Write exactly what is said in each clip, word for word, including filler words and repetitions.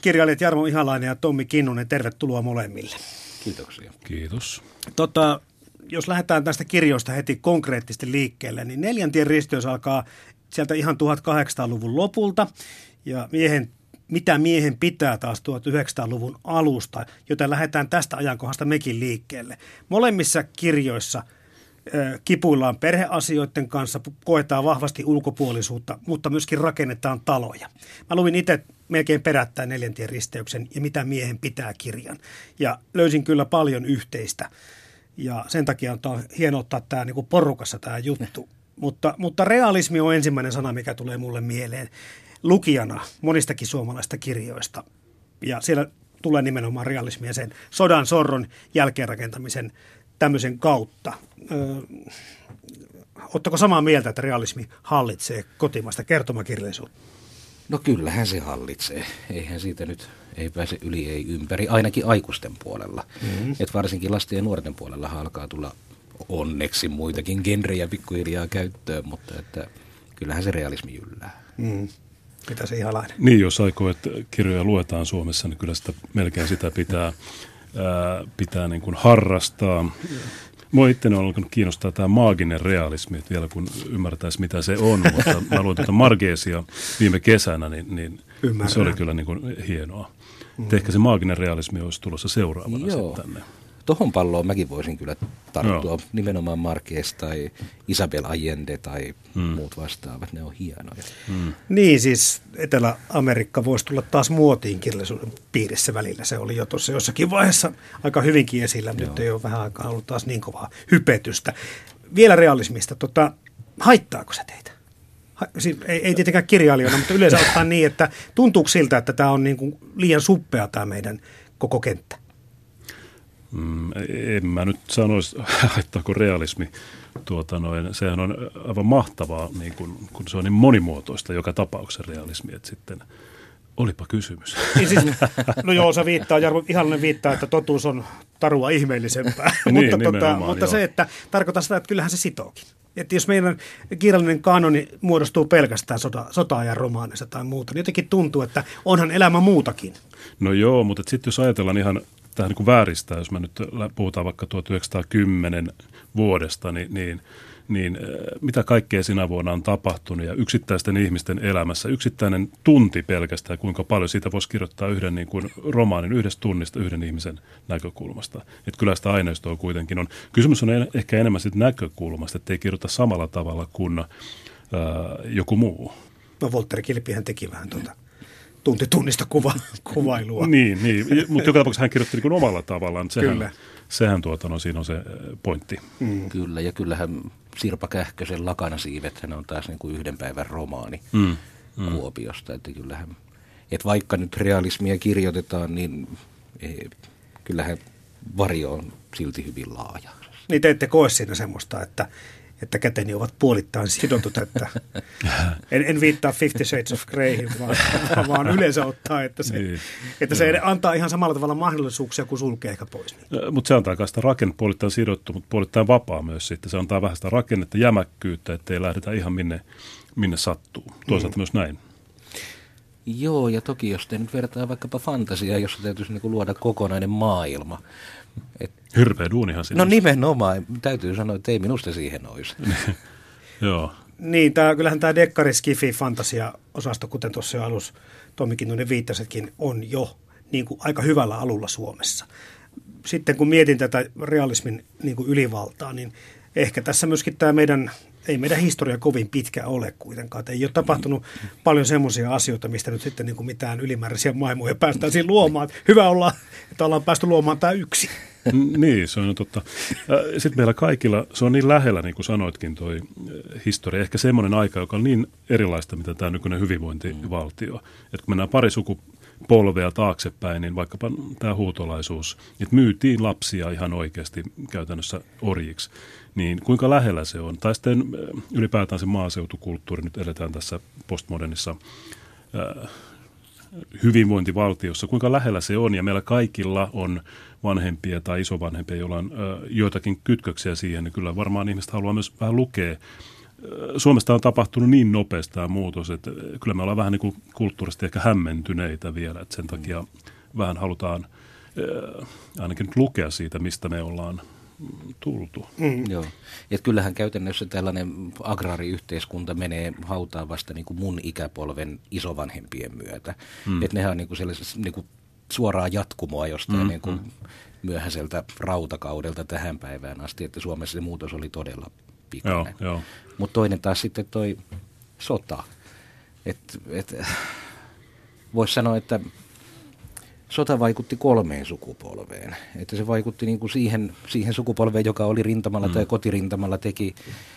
Kirjailijat Jarmo Ihalainen ja Tommi Kinnunen, tervetuloa molemmille. Kiitoksia. Kiitos. Tota, jos lähdetään tästä kirjoista heti konkreettisesti liikkeelle, niin Neljäntien risteys alkaa sieltä ihan tuhatkahdeksansataaluvun lopulta ja miehen, mitä miehen pitää taas tuhatyhdeksänsataaluvun alusta, joten lähdetään tästä ajankohdasta mekin liikkeelle. Molemmissa kirjoissa äh, kipuillaan perheasioiden kanssa, koetaan vahvasti ulkopuolisuutta, mutta myöskin rakennetaan taloja. Mä luin itse melkein perättäen Neljäntien risteyksen ja mitä miehen pitää kirjan ja löysin kyllä paljon yhteistä. Ja sen takia on hienoa ottaa tämä niin kuin porukassa tämä juttu. Mutta, mutta realismi on ensimmäinen sana, mikä tulee mulle mieleen lukijana monistakin suomalaista kirjoista. Ja siellä tulee nimenomaan realismia sen sodan, sorron, jälkeenrakentamisen tämmöisen kautta. Öö, Ottako samaa mieltä, että realismi hallitsee kotimaista kertomakirjallisuutta? No kyllähän se hallitsee. Eihän siitä nyt ei pääse yli ei ympäri, ainakin aikuisten puolella. Mm-hmm. Et varsinkin lasten ja nuorten puolella alkaa tulla onneksi muitakin genrejä pikkuhiljaa käyttöön, mutta että kyllähän se realismi jyllää. Mm. Mitä se Ihalainen? Niin, jos aikoo, että kirjoja luetaan Suomessa, niin kyllä sitä, melkein sitä pitää, ää, pitää niin kuin harrastaa. Mua itteni on alkanut kiinnostaa tämä maaginen realismi, että vielä kun ymmärtäisi mitä se on, mutta mä luin tuota Margeesia viime kesänä, niin, niin se oli kyllä niin kuin hienoa. Mm. Ehkä se maaginen realismi olisi tulossa seuraavana Joo. sitten tänne. Tohon palloon mäkin voisin kyllä tarttua. Joo. Nimenomaan Marquez tai Isabel Allende tai mm. muut vastaavat, ne on hienoja. Mm. Niin siis Etelä-Amerikka voisi tulla taas muotiin kirjallisuuden piirissä välillä. Se oli jo tuossa jossakin vaiheessa aika hyvinkin esillä, mutta nyt ei ole vähän aikaa ollut taas niin kovaa hypetystä. Vielä realismista, tota, haittaako se teitä? Ha, siis ei, ei tietenkään kirjailijana, mutta yleensä ottaen niin, että tuntuuko siltä, että tämä on niin kuin liian suppea tämä meidän koko kenttä? Mm, en mä nyt sanoisi, haittaako realismi. Tuota noin, sehän on aivan mahtavaa, niin kun, kun se on niin monimuotoista joka tapauksessa realismi, että sitten olipa kysymys. Niin siis, no joo, se viittaa, Jarmo Ihalainen viittaa, että totuus on tarua ihmeellisempää, niin, mutta, tota, mutta se, että tarkoittaa sitä, että kyllähän se sitookin. Että jos meidän kirjallinen kanoni muodostuu pelkästään sota, sota-ajan romaaneista tai muuta, niin jotenkin tuntuu, että onhan elämä muutakin. No joo, mutta sitten jos ajatellaan ihan tähän niin kuin vääristää, jos me nyt puhutaan vaikka tuhatyhdeksänsataakymmenen vuodesta, niin, niin, niin mitä kaikkea sinä vuonna on tapahtunut ja yksittäisten ihmisten elämässä, yksittäinen tunti pelkästään, kuinka paljon siitä voisi kirjoittaa yhden niin kuin romaanin yhdestä tunnista yhden ihmisen näkökulmasta. Että kyllä sitä aineistoa kuitenkin on. Kysymys on en, ehkä enemmän siitä näkökulmasta, että ei kirjoita samalla tavalla kuin ää, joku muu. No Voltteri Kilpihän teki vähän tuota tunti tunnista kuva, kuvailua. niin, niin, mutta joka tapauksessa hän kirjoitti niin omalla tavallaan. Sehän, Kyllä. Sehän tuota, no, siinä on se pointti. Mm. Kyllä, ja kyllähän Sirpa Kähkösen Lakanasiivet, hän on taas niin kuin yhden päivän romaani mm. Mm. Kuopiosta. Että kyllähän, että vaikka nyt realismia kirjoitetaan, niin ei, kyllähän varjo on silti hyvin laaja. Niin te ette koe siinä semmoista, että että käteni ovat puolittain sidotut, että en, en viittaa Fifty Shades of Greyhin, vaan, vaan yleensä ottaa, että se, niin, että se antaa ihan samalla tavalla mahdollisuuksia kuin sulkee ehkä pois. Niin. Mutta se antaa kai sitä rakennetta, puolittain sidottu, mutta puolittain vapaa myös sitten. Se antaa vähän sitä rakennetta, jämäkkyyttä, ettei lähdetä ihan minne, minne sattuu. Toisaalta mm. myös näin. Joo, ja toki jos te nyt vertaa vaikkapa fantasiaa, jossa täytyisi niinku luoda kokonainen maailma. Et, Hirveä duunihan siinä. No nimenomaan, täytyy sanoa, että ei minusta siihen olisi. Joo. Niin, tää, kyllähän tämä dekkari, skifi, fantasia-osasto, kuten tuossa jo alussa Tommi Kinnunen viittasetkin, on jo niin kuin aika hyvällä alulla Suomessa. Sitten kun mietin tätä realismin niin kuin ylivaltaa, niin ehkä tässä myöskin tämä meidän, ei meidän historia kovin pitkä ole kuitenkaan. Että ei ole tapahtunut mm. paljon semmoisia asioita, mistä nyt sitten niin kuin mitään ylimääräisiä maailmoja päästäisiin luomaan. Hyvä olla, että ollaan päästy luomaan tämä yksi. Niin, se on totta. Sitten meillä kaikilla, se on niin lähellä, niin kuin sanoitkin, toi historia. Ehkä semmoinen aika, joka on niin erilaista, mitä tämä nykyinen hyvinvointivaltio. Että kun mennään pari sukupolvea taaksepäin, niin vaikkapa tämä huutolaisuus, että myytiin lapsia ihan oikeasti käytännössä orjiksi. Niin kuinka lähellä se on? Tai sitten ylipäätään se maaseutukulttuuri, nyt eletään tässä postmodernissa äh, hyvinvointivaltiossa, kuinka lähellä se on, ja meillä kaikilla on vanhempia tai isovanhempia, joilla on ö, joitakin kytköksiä siihen, niin kyllä varmaan ihmiset haluaa myös vähän lukea Suomesta on tapahtunut niin nopeasti tämä muutos, että kyllä me ollaan vähän niin kuin kulttuurisesti ehkä hämmentyneitä vielä, että sen takia vähän halutaan äh, ainakin nyt lukea siitä, mistä me ollaan tultu. Mm. Joo. Et kyllähän käytännössä tällainen agraariyhteiskunta menee hautaan vasta niin kuin mun ikäpolven isovanhempien myötä. Mm. Että nehän on niin kuin niin kuin suoraa jatkumoa jostain mm. niin kuin myöhäiseltä rautakaudelta tähän päivään asti, että Suomessa se muutos oli todella pikainen. Mutta toinen taas sitten toi sota. Et, et, voisi sanoa, että sota vaikutti kolmeen sukupolveen. Että se vaikutti niin kuin siihen, siihen sukupolveen, joka oli rintamalla mm. tai kotirintamalla, teki,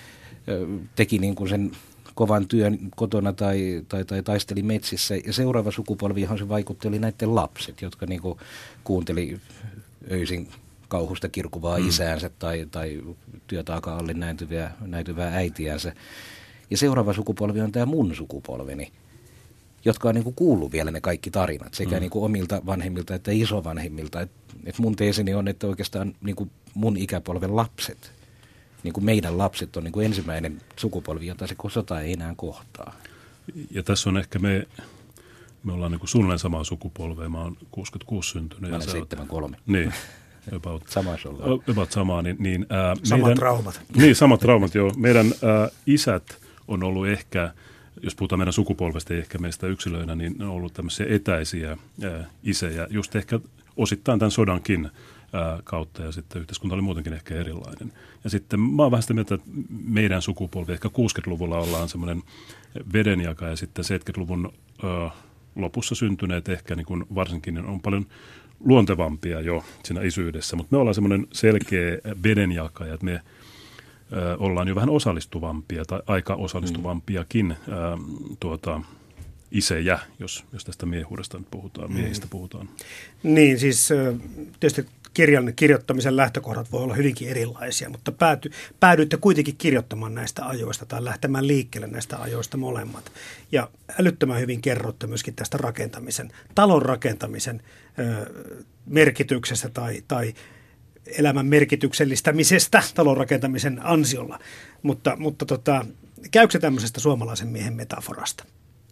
teki niin kuin sen kovan työn kotona tai, tai, tai taisteli metsissä. Ja seuraava sukupolvi, johon se vaikutti, oli näiden lapset, jotka niin kuin kuunteli öisin kauhusta kirkuvaa mm. isäänsä tai, tai työtaakan alle näytyvää, näytyvää äitiänsä. Ja seuraava sukupolvi on tämä mun sukupolveni, jotka on niin kuin kuullut vielä ne kaikki tarinat, sekä mm. niin kuin omilta vanhemmilta että isovanhemmilta. Et, et mun teesini on, että oikeastaan niin kuin mun ikäpolven lapset, niin kuin meidän lapset on niin kuin ensimmäinen sukupolvi, jota se sota ei enää kohtaa. Ja tässä on ehkä me, me ollaan niin kuin suunnilleen samaa sukupolvea. Mä oon kuusikymmentäkuusi syntynyt. Mä olen seitsemänkymmentäkolme. Niin. About, Samassa ollaan. About samaa. Niin, niin, ää, samat meidän, traumat. Niin, samat traumat, joo. Meidän ää, isät on ollut ehkä, jos puhutaan meidän sukupolvesta, ei ehkä meistä yksilöinä, niin on ollut tämmöisiä etäisiä ää, isejä, just ehkä osittain tämän sodankin ää, kautta, ja sitten yhteiskunta oli muutenkin ehkä erilainen. Ja sitten mä oon vähän sitä mieltä, että meidän sukupolvi, ehkä kuusikymmentäluvulla ollaan semmoinen vedenjaka, ja sitten seitsemänkymmentäluvun ää, lopussa syntyneet ehkä niin kuin varsinkin on paljon luontevampia jo siinä isyydessä, mutta me ollaan semmoinen selkeä vedenjakaja, että me ö, ollaan jo vähän osallistuvampia tai aika osallistuvampiakin ö, tuota, isejä, jos, jos tästä miehuudesta nyt puhutaan, miehistä puhutaan. Niin, siis tietysti kirjan kirjoittamisen lähtökohdat voi olla hyvinkin erilaisia, mutta pääty, päädyitte kuitenkin kirjoittamaan näistä ajoista tai lähtemään liikkeelle näistä ajoista molemmat. Ja älyttömän hyvin kerrotte myöskin tästä rakentamisen, talon rakentamisen ö, merkityksestä tai, tai elämän merkityksellistämisestä talon rakentamisen ansiolla. Mutta, mutta tota, käykö se tämmöisestä suomalaisen miehen metaforasta?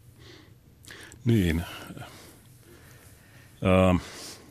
Niin. Uh.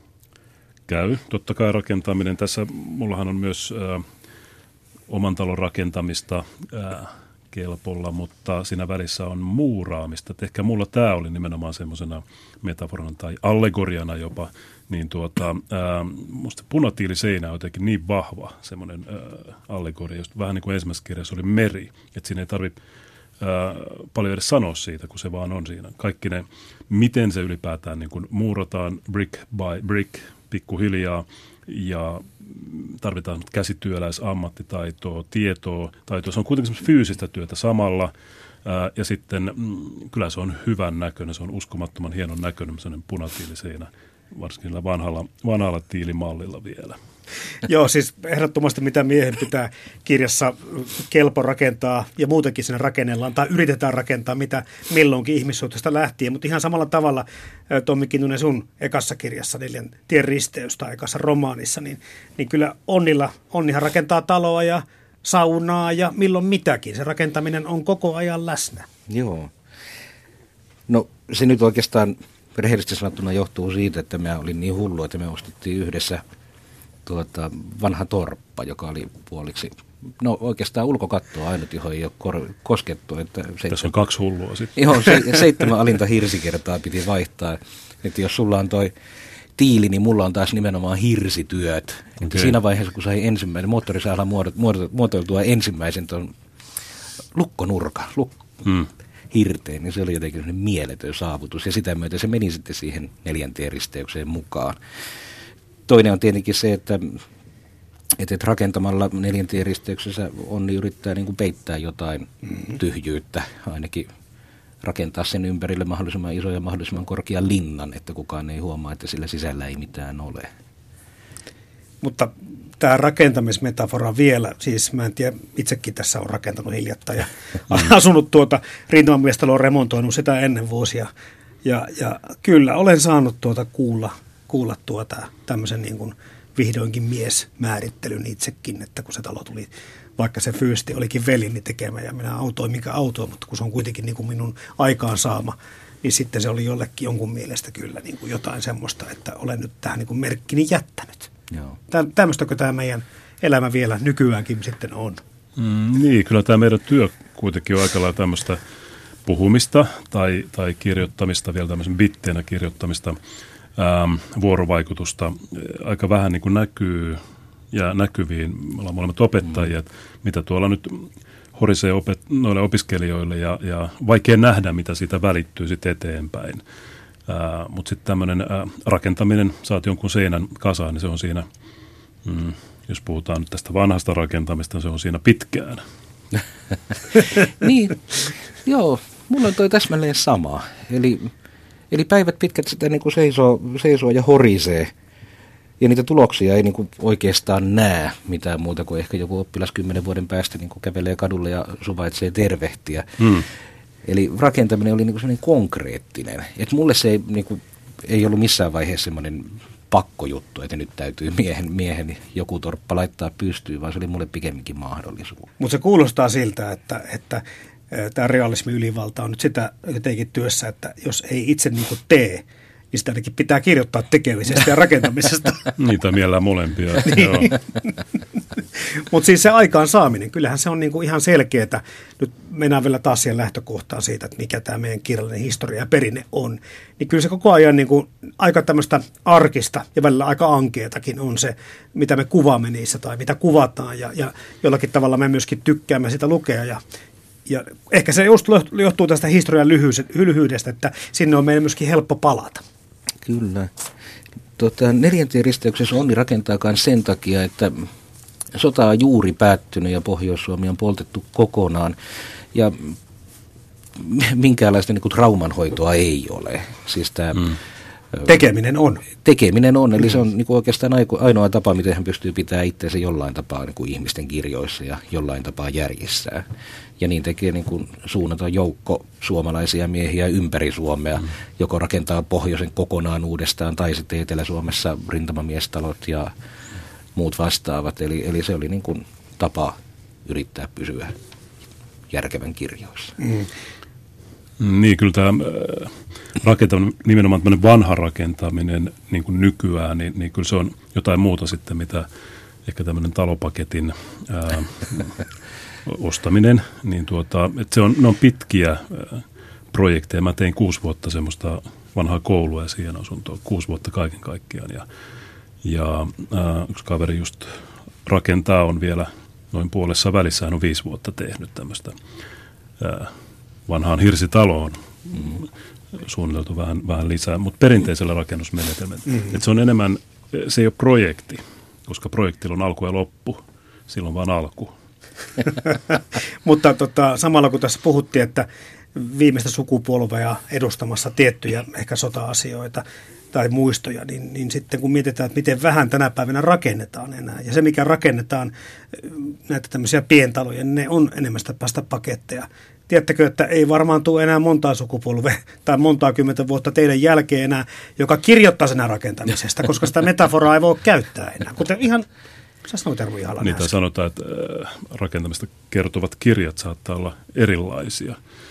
Käy. Totta kai rakentaminen. Tässä mullahan on myös ä, oman talon rakentamista ä, kelpolla, mutta siinä välissä on muuraamista. Et ehkä mulla tämä oli nimenomaan semmoisena metaforana tai allegoriana jopa, niin tuota, ä, musta punatiiliseinä on jotenkin niin vahva semmoinen ä, allegoria, just vähän niin kuin ensimmäisessä kirjassa oli meri, että siinä ei tarvitse paljon edes sanoa siitä, kun se vaan on siinä. Kaikki ne, miten se ylipäätään niin kuin muurataan brick by brick, pikkuhiljaa, ja tarvitaan käsityöläisammattitaitoa, tietoa, taitoa. Se on kuitenkin fyysistä työtä samalla, ää, ja sitten mm, kyllä se on hyvän näköinen, se on uskomattoman hienon näköinen, sellainen punatiiliseinä, varsinkin vanhalla, vanhalla tiilimallilla vielä. Joo, siis ehdottomasti mitä miehen pitää kirjassa kelpo rakentaa ja muutenkin siinä rakennellaan tai yritetään rakentaa mitä milloinkin ihmissuhteesta lähtien, mutta ihan samalla tavalla Tommi Kinnunen sun ekassa kirjassa Neljän tien risteys tai ekassa romaanissa, niin, niin kyllä Onnilla, Onnihan rakentaa taloa ja saunaa ja milloin mitäkin. Se rakentaminen on koko ajan läsnä. Joo. No se nyt oikeastaan rehellisesti sanottuna johtuu siitä, että mä olin niin hullu, että me ostettiin yhdessä tuota, vanha torppa, joka oli puoliksi, no oikeastaan ulkokattoa ainut, johon ei ole kor- koskettu. Että seitsemän, tässä on kaksi hullua sitten. Joo, se, seitsemän alinta hirsikertaa piti vaihtaa. Että jos sulla on toi tiili, niin mulla on taas nimenomaan hirsityöt. Okay. Että siinä vaiheessa, kun sai ensimmäinen, moottori saa olla muotoiltua ensimmäisen tuon lukkonurka, luk- hmm. hirteen, niin se oli jotenkin sellainen mieletön saavutus. Ja sitä myötä se meni sitten siihen neljänteen risteykseen mukaan. Toinen on tietenkin se, että, että rakentamalla neljänteen risteyksessä Onni yrittää niin kuin peittää jotain mm-hmm. tyhjyyttä, ainakin rakentaa sen ympärille mahdollisimman iso ja mahdollisimman korkean linnan, että kukaan ei huomaa, että sillä sisällä ei mitään ole. Mutta tämä rakentamismetafora vielä, siis mä en tiedä, itsekin tässä on rakentanut hiljattain ja asunut tuota rintamamiestaloon, remontoinut sitä ennen vuosia ja, ja kyllä olen saanut tuota kuulla kuulla tuota tämmöisen niin kuin vihdoinkin miesmäärittelyn itsekin, että kun se talo tuli vaikka se fyysisesti olikin velini tekemä ja minä autoin mikä autoa, mutta kun se on kuitenkin niin kuin minun aikaansaama, niin sitten se oli jollekin jonkun mielestä kyllä niin kuin jotain semmoista, että olen nyt tähän niin kuin merkkini jättänyt. Joo. Tämmöistäkö tämä meidän elämä vielä nykyäänkin sitten on? Mm, niin, kyllä tämä meidän työ kuitenkin on aika lailla tämmöistä puhumista tai, tai kirjoittamista, vielä tämmöisen bitteenä kirjoittamista, ähm, vuorovaikutusta. Aika vähän niin kuin näkyy ja näkyviin. Me ollaan molemmat opettajia, mm. mitä tuolla nyt horisee opet- noille opiskelijoille ja, ja vaikea nähdä, mitä siitä välittyy sitten eteenpäin. Äh, Mutta sitten tämmöinen äh, rakentaminen, saat jonkun seinän kasaan, niin se on siinä, mm, jos puhutaan nyt tästä vanhasta rakentamista, se on siinä pitkään. Niin, joo, mulla on toi täsmälleen sama. Eli, eli päivät pitkät sitä niin kuin seisoo, seisoo ja horisee. Ja niitä tuloksia ei niin kuin oikeastaan näe mitään muuta kuin ehkä joku oppilas kymmenen vuoden päästä niin kuin kävelee kadulle ja suvaitsee tervehtiä. Hmm. Eli rakentaminen oli niin kuin sellainen konkreettinen. Että mulle se ei, niin kuin, ei ollut missään vaiheessa semmoinen pakkojuttu, että nyt täytyy miehen, miehen joku torppa laittaa pystyyn, vaan se oli mulle pikemminkin mahdollisuus. Mutta se kuulostaa siltä, että, että tämä realismin ylivalta on nyt sitä jotenkin työssä, että jos ei itse niin kuin tee, niin sitä ainakin pitää kirjoittaa tekemisestä ja rakentamisesta. Niitä mielellään molempia. Niin. Mutta siis se aikaan saaminen, kyllähän se on niinku ihan selkeää. Nyt mennään vielä taas siihen lähtökohtaan siitä, että mikä tämä meidän kirjallinen historia ja perinne on. Niin kyllä se koko ajan niinku aika tämmöistä arkista ja välillä aika ankeetakin on se, mitä me kuvaamme niissä tai mitä kuvataan. Ja, ja jollakin tavalla me myöskin tykkäämme sitä lukea ja Ja ehkä se just johtuu tästä historian lyhyydestä, että sinne on meidän myöskin helppo palata. Kyllä. Tota, neljänteen risteyksessä onni rakentaakaan sen takia, että sota on juuri päättynyt ja Pohjois-Suomi on poltettu kokonaan. Ja minkäänlaista niin kuin traumanhoitoa ei ole. Siis tämä, mm. Tekeminen on. Tekeminen on, eli se on niin kuin oikeastaan ainoa tapa, miten hän pystyy pitämään itseänsä jollain tapaa niin kuin ihmisten kirjoissa ja jollain tapaa järjissään. Ja niin tekee niin kuin suunnaton joukko suomalaisia miehiä ympäri Suomea, mm. joko rakentaa pohjoisen kokonaan uudestaan tai sitten Etelä-Suomessa rintamamiestalot ja muut vastaavat. Eli, eli se oli niin kuin tapa yrittää pysyä järkevän kirjoissa. Mm. Niin, kyllä tämä rakentaminen, nimenomaan tämmöinen vanha rakentaminen niin kuin nykyään, niin, niin kyllä se on jotain muuta sitten, mitä ehkä tämmöinen talopaketin ää, ostaminen, niin tuota, että se on, ne on pitkiä ää, projekteja. Mä tein kuusi vuotta semmoista vanhaa koulua ja siihen asuntoa, kuusi vuotta kaiken kaikkiaan. Ja, ja ää, yksi kaveri just rakentaa, on vielä noin puolessa välissä, hän on viisi vuotta tehnyt tämmöistä ää, vanhaan hirsitaloon mm. suunniteltu vähän, vähän lisää, mutta perinteisellä rakennusmenetelmällä. Mm. Että se on enemmän, se ei ole projekti, koska projektilla on alku ja loppu, silloin vaan alku. Mutta tota, samalla kun tässä puhuttiin, että viimeistä sukupolvea edustamassa tiettyjä ehkä sota-asioita tai muistoja, niin, niin sitten kun mietitään, että miten vähän tänä päivänä rakennetaan enää, ja se mikä rakennetaan, näitä tämmöisiä pientaloja, niin ne on enemmän sitä päästä paketteja. Tiedättekö, että ei varmaan tule enää montaa sukupolvea tai montaa kymmentä vuotta teidän jälkeen enää, joka kirjoittaa sen rakentamisesta, koska sitä metaforaa ei voi käyttää enää. Kuten ihan, sä sanoit Tervo Ihalan Niitä äsken. Sanotaan, että rakentamista kertovat kirjat saattaa olla erilaisia.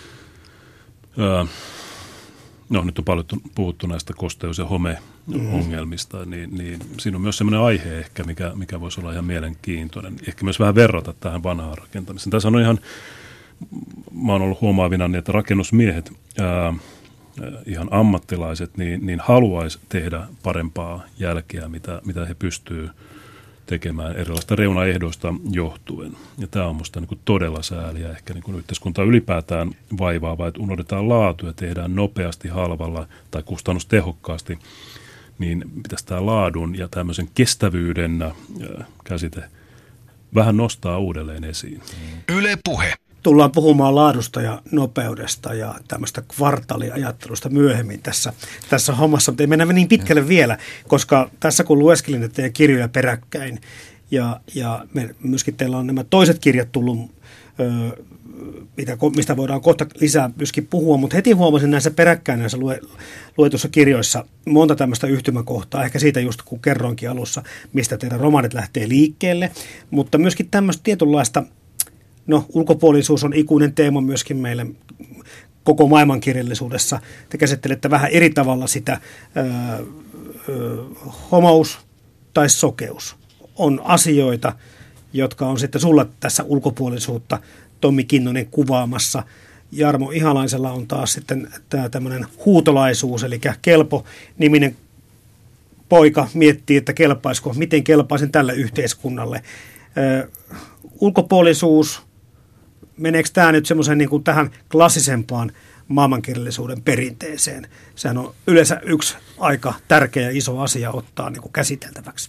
No nyt on paljon puhuttu näistä kosteus- ja homeongelmista, mm. niin, niin siinä on myös sellainen aihe ehkä, mikä, mikä voisi olla ihan mielenkiintoinen. Ehkä myös vähän verrata tähän vanhaan rakentamiseen. Tässä on ihan... Mä oon ollut huomaavinani, että rakennusmiehet, ää, ihan ammattilaiset, niin, niin haluaisi tehdä parempaa jälkeä, mitä, mitä he pystyvät tekemään erilaisista reunaehdoista johtuen. Ja tämä on musta niin kuin todella sääliä ehkä niin kuin yhteiskunta ylipäätään vaivaava, että unohdetaan laatu ja tehdään nopeasti, halvalla tai kustannustehokkaasti, niin pitäisi tämä laadun ja tämmöisen kestävyyden ää, käsite vähän nostaa uudelleen esiin. Yle Puhe. Tullaan puhumaan laadusta ja nopeudesta ja tämmöistä kvartaaliajattelusta myöhemmin tässä, tässä hommassa, mutta ei mennä niin pitkälle vielä, koska tässä kun lueskelin teidän kirjoja peräkkäin ja, ja me, myöskin teillä on nämä toiset kirjat tullut ö, mitä, mistä voidaan kohta lisää myöskin puhua, mutta heti huomasin näissä peräkkäin näissä lue, luetussa kirjoissa monta tämmöistä yhtymäkohtaa, ehkä siitä just kun kerroinkin alussa, mistä teidän romaanit lähtee liikkeelle, mutta myöskin tämmöistä tietynlaista, no ulkopuolisuus on ikuinen teema myöskin meille koko maailmankirjallisuudessa. Te käsittelette vähän eri tavalla sitä, öö, öö, homous tai sokeus on asioita, jotka on sitten sulla tässä ulkopuolisuutta Tommi Kinnunen kuvaamassa. Jarmo Ihalaisella on taas sitten tämä tämmöinen huutolaisuus, eli Kelpo-niminen poika miettii, että kelpaisiko, miten kelpaisin tälle yhteiskunnalle. Ö, ulkopuolisuus, meneekö tämä nyt semmoisen niin kuin tähän klassisempaan maailmankirjallisuuden perinteeseen? Sehän on yleensä yksi aika tärkeä ja iso asia ottaa niin kuin käsiteltäväksi.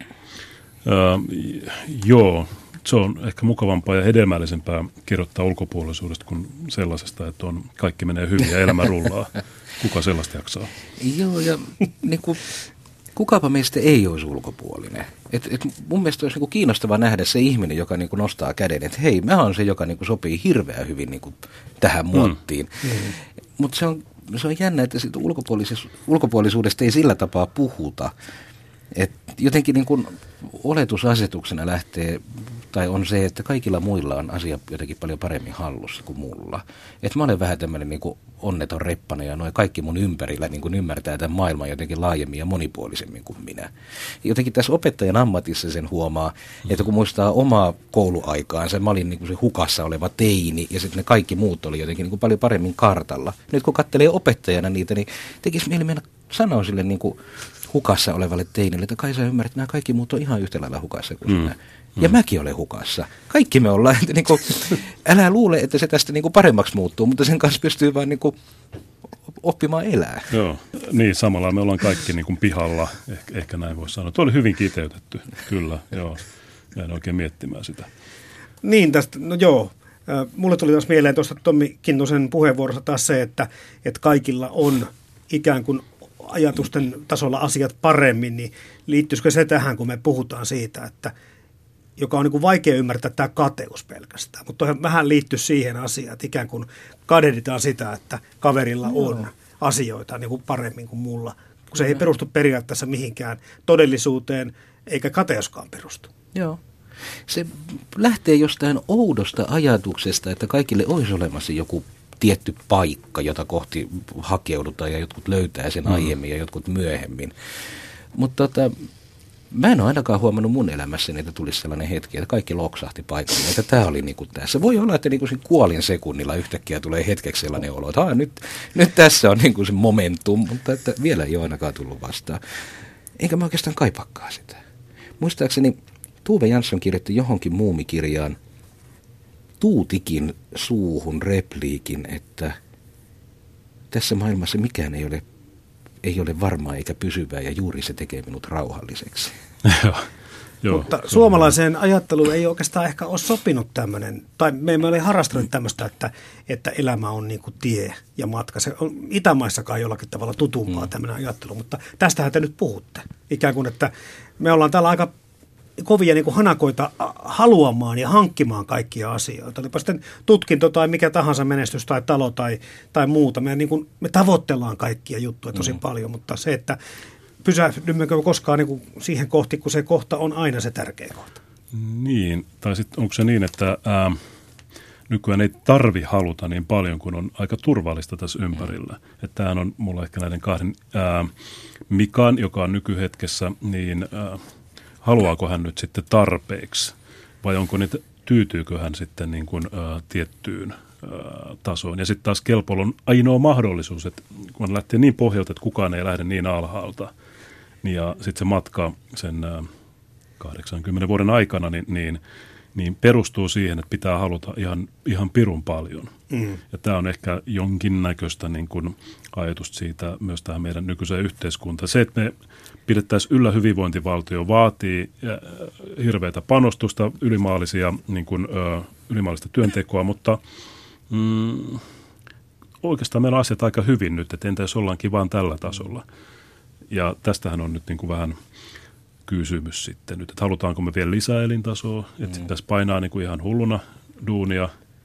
Ö, joo. Se on ehkä mukavampaa ja hedelmällisempää kirjoittaa ulkopuolisuudesta kuin sellaisesta, että on, kaikki menee hyvin ja elämä rullaa. Kuka sellaista jaksaa? Joo, ja niin kuin, kukapa meistä ei olisi ulkopuolinen. Et, et mun mielestä olisi niin kuin kiinnostavaa nähdä se ihminen, joka niin kuin nostaa käden, että hei, mä oon se, joka niin kuin sopii hirveän hyvin niin kuin tähän muottiin. Mm. Mm. Mutta se on, se on jännä, että siitä ulkopuolis- ulkopuolisuudesta ei sillä tapaa puhuta. Et jotenkin niin kuin oletusasetuksena lähtee, tai on se, että kaikilla muilla on asia jotenkin paljon paremmin hallussa kuin mulla. Että mä olen vähän tämmöinen niin kuin onneton reppana ja noi kaikki mun ympärillä niin kuin ymmärtää tämän maailman jotenkin laajemmin ja monipuolisemmin kuin minä. Jotenkin tässä opettajan ammatissa sen huomaa, että kun muistaa omaa kouluaikaansa, mä olin niin kuin se hukassa oleva teini ja sitten ne kaikki muut oli jotenkin niin kuin paljon paremmin kartalla. Nyt kun katselee opettajana niitä, niin tekisi mieli mennä sanoa sille niin kuin hukassa olevalle teinille, että kai sä ymmärrät, että nämä kaikki muut on ihan yhtä lailla hukassa kuin sinä. Mm. Ja mäkin olen hukassa. Kaikki me ollaan. Että niin kuin, älä luule, että se tästä niin kuin paremmaksi muuttuu, mutta sen kanssa pystyy vaan niin kuin oppimaan elää. Joo, niin samalla me ollaan kaikki niin kuin pihalla, ehkä, ehkä näin voisi sanoa. Tuo oli hyvin kiteytetty, kyllä, joo. Jäin oikein miettimään sitä. Niin tästä, no joo. Mulle tuli taas mieleen tuosta Tommi Kinnusen puheenvuorossa taas se, että, että kaikilla on ikään kuin ajatusten tasolla asiat paremmin, niin liittyisikö se tähän, kun me puhutaan siitä, että joka on niin kuin vaikea ymmärtää tämä kateus pelkästään, mutta vähän liittyy siihen asiaan, että ikään kuin kadehditaan sitä, että kaverilla on no. asioita niin kuin paremmin kuin mulla, kun se ei perustu periaatteessa mihinkään todellisuuteen, eikä kateuskaan perustu. Joo. Se lähtee jostain oudosta ajatuksesta, että kaikille olisi olemassa joku tietty paikka, jota kohti hakeudutaan ja jotkut löytää sen aiemmin ja jotkut myöhemmin. Mutta tota, mä en ole ainakaan huomannut mun elämässäni, että tulisi sellainen hetki, että kaikki loksahti paikalle. Että tämä oli niin kuin tässä. Voi olla, että niin kuin kuolin sekunnilla yhtäkkiä tulee hetkeksi sellainen olo, että Haa, nyt, nyt tässä on niin kuin se momentum, mutta että vielä ei ole ainakaan tullut vastaan. Enkä mä oikeastaan kaipaakaan sitä. Muistaakseni Tuve Jansson kirjoitti johonkin muumikirjaan tuutikin suuhun repliikin, että tässä maailmassa mikään ei ole, ei ole varmaa eikä pysyvää ja juuri se tekee minut rauhalliseksi. Joo, mutta suomalaiseen ajatteluun ei oikeastaan ehkä ole sopinut tämmöinen, tai me emme ole harrastaneet tämmöistä, että, että elämä on niin kuin tie ja matka. Se on Itämaissakaan jollakin tavalla tutumpaa mm. tämmöinen ajattelu, mutta tästähän te nyt puhutte. Ikään kuin, että me ollaan täällä aika kovia niin kuin hanakoita haluamaan ja hankkimaan kaikkia asioita. Olipa sitten tutkinto tai mikä tahansa menestys tai talo tai, tai muuta. Me, niin kuin, me tavoitellaan kaikkia juttuja tosi mm. paljon, mutta se, että pysähdymmekö koskaan niin kuin siihen kohti, kun se kohta on aina se tärkeä kohta. Niin, tai sitten onko se niin, että ää, nykyään ei tarvi haluta niin paljon, kun on aika turvallista tässä ympärillä. Että tämähän on mulla ehkä näiden kahden ää, Mikan, joka on nykyhetkessä, niin ää, haluaako hän nyt sitten tarpeeksi vai onko niitä, tyytyykö hän sitten niin kuin, ää, tiettyyn ää, tasoon. Ja sitten taas Kelpolla on ainoa mahdollisuus, että kun lähtee niin pohjalta, että kukaan ei lähde niin alhaalta, niin ja sitten se matka sen ää, kahdeksankymmenen vuoden aikana, niin, niin, niin perustuu siihen, että pitää haluta ihan, ihan pirun paljon. Mm. Ja tämä on ehkä jonkinnäköistä niin kuin ajatusta siitä myös tähän meidän nykyiseen yhteiskuntaan. Se, että me pidettäisiin yllä hyvinvointivaltio, vaatii hirveätä panostusta, ylimaallisia, niin kuin, ö, ylimaallista työntekoa, mutta mm, oikeastaan meillä on asiat aika hyvin nyt, että entä jos ollaankin vaan tällä tasolla. Ja tästähän on nyt niin kuin vähän kysymys sitten nyt, että halutaanko me vielä lisää elintasoa, että mm. tässä painaa niin kuin ihan hulluna duunia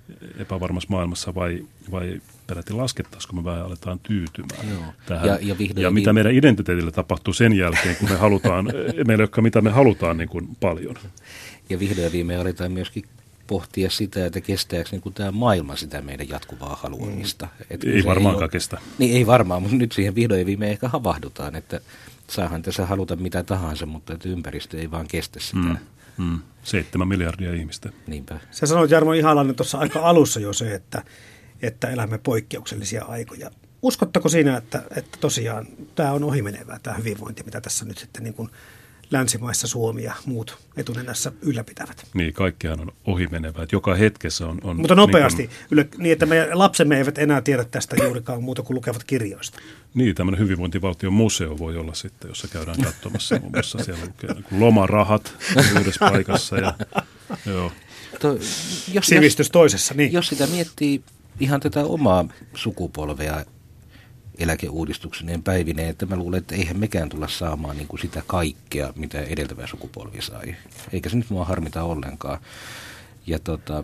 epävarmassa maailmassa vai, vai peräti laskettaisiko me vähän aletaan tyytymään Joo. tähän. Ja, ja, vihdoin, ja mitä meidän identiteetille tapahtuu sen jälkeen, kun me halutaan, meillä ei olekaan mitä me halutaan niin kuin paljon. Ja vihdoin ja viimein aletaan myöskin pohtia sitä, että kestääkö niin kuin tämä maailma sitä meidän jatkuvaa haluamista. Mm. Et ei varmaankaan ei kestä. Niin ei varmaan, mutta nyt siihen vihdoin ja viimein ehkä havahdutaan, että saahan tässä haluta mitä tahansa, mutta että ympäristö ei vaan kestä sitä. Mm. Mm. Seitsemän miljardia ihmistä. Niinpä. Sä sanoit, Jarmo Ihalainen, tuossa aika alussa jo se, että, että elämme poikkeuksellisia aikoja. Uskottako siinä, että, että tosiaan tämä on ohimenevää, tämä hyvinvointi, mitä tässä nyt sitten niin kuin länsimaissa Suomi ja muut etunenässä ylläpitävät? Niin, kaikkihan on ohimenevää. Että joka hetkessä on... on Mutta nopeasti, niin, kuin, yle, niin että meidän lapsemme eivät enää tiedä tästä juurikaan muuta kuin lukevat kirjoista. Niin, tämmöinen hyvinvointivaltion museo voi olla sitten, jossa käydään katsomassa muun muassa siellä lukee niin lomarahat yhdessä paikassa. Ja, joo. To, jos, Sivistys jos, toisessa, niin. Jos sitä miettii ihan tätä omaa sukupolvea eläkeuudistuksineen päivineen, että mä luulen, että eihän mekään tulla saamaan niin kuin sitä kaikkea, mitä edeltävä sukupolvi sai. Eikä se nyt mua harmita ollenkaan. Ja tota,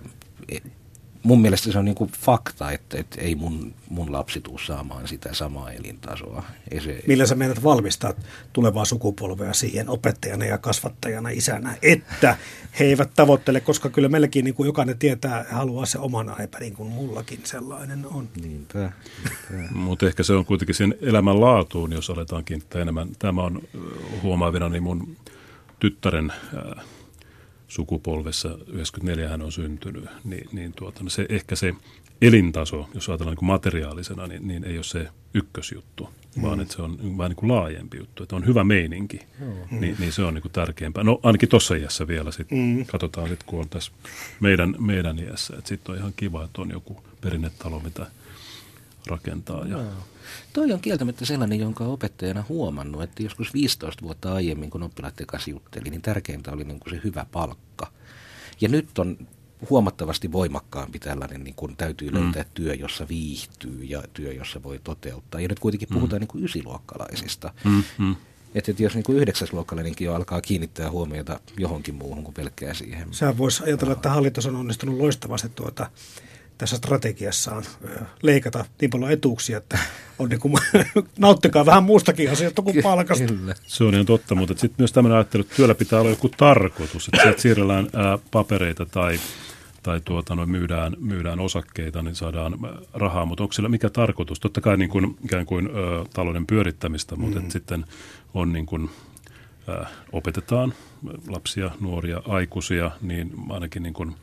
mun mielestä se on niin kuin fakta, että, että ei mun, mun lapsi tule saamaan sitä samaa elintasoa. Ei se, Millä sä meidät valmistaa tulevaa sukupolvea siihen opettajana ja kasvattajana, isänä, että he eivät tavoittele, koska kyllä meilläkin niin kuin jokainen tietää ja haluaa se oman iPadin, kun mullakin sellainen on. Niinpä. niinpä. Mutta ehkä se on kuitenkin sen elämän laatuun, jos aletaan kiinnittää enemmän. Tämä on huomaavina niin mun tyttären ää, sukupolvessa, yhdeksänkymmentäneljä hän on syntynyt, niin, niin tuota, no se, ehkä se elintaso, jos ajatellaan niin materiaalisena, niin, niin ei ole se ykkösjuttu, mm. vaan että se on vähän niin kuin laajempi juttu, että on hyvä meininki, mm. niin, niin se on niin kuin tärkeämpää. No ainakin tuossa iässä vielä, sit mm. katsotaan sitten, kun on tässä meidän, meidän iässä, että sitten on ihan kiva, että on joku perinnetalo, mitä rakentaa. Ja... No. Toi on kieltämättä sellainen, jonka opettajana huomannut, että joskus viisitoista vuotta aiemmin, kun oppilaiden kanssa jutteli, niin tärkeintä oli niin kuin se hyvä palkka. Ja nyt on huomattavasti voimakkaampi tällainen, niin kuin täytyy löytää mm. työ, jossa viihtyy ja työ, jossa voi toteuttaa. Ja nyt kuitenkin puhutaan mm. niin kuin ysiluokkalaisista. Mm. Mm. Että et jos niin kuin yhdeksäsluokkalainenkin jo alkaa kiinnittää huomiota johonkin muuhun kuin pelkkää siihen. Sehän voisi ajatella, että hallitus on onnistunut loistavasti tuota... tässä strategiassaan leikata niin paljon etuuksia, että on niin kuin, nauttikaa vähän muustakin asioista kuin palkasta. Kyllä. Se on ihan totta, mutta sitten myös tämmöinen ajattelu, että työllä pitää olla joku tarkoitus, että sieltä siirrellään ää, papereita tai, tai tuota, no, myydään, myydään osakkeita, niin saadaan rahaa, mutta onko sillä mikä tarkoitus? Totta kai niin kuin, ikään kuin ä, talouden pyörittämistä, mutta mm. sitten on niin kuin, ä, opetetaan lapsia, nuoria, aikuisia, niin ainakin niin kuin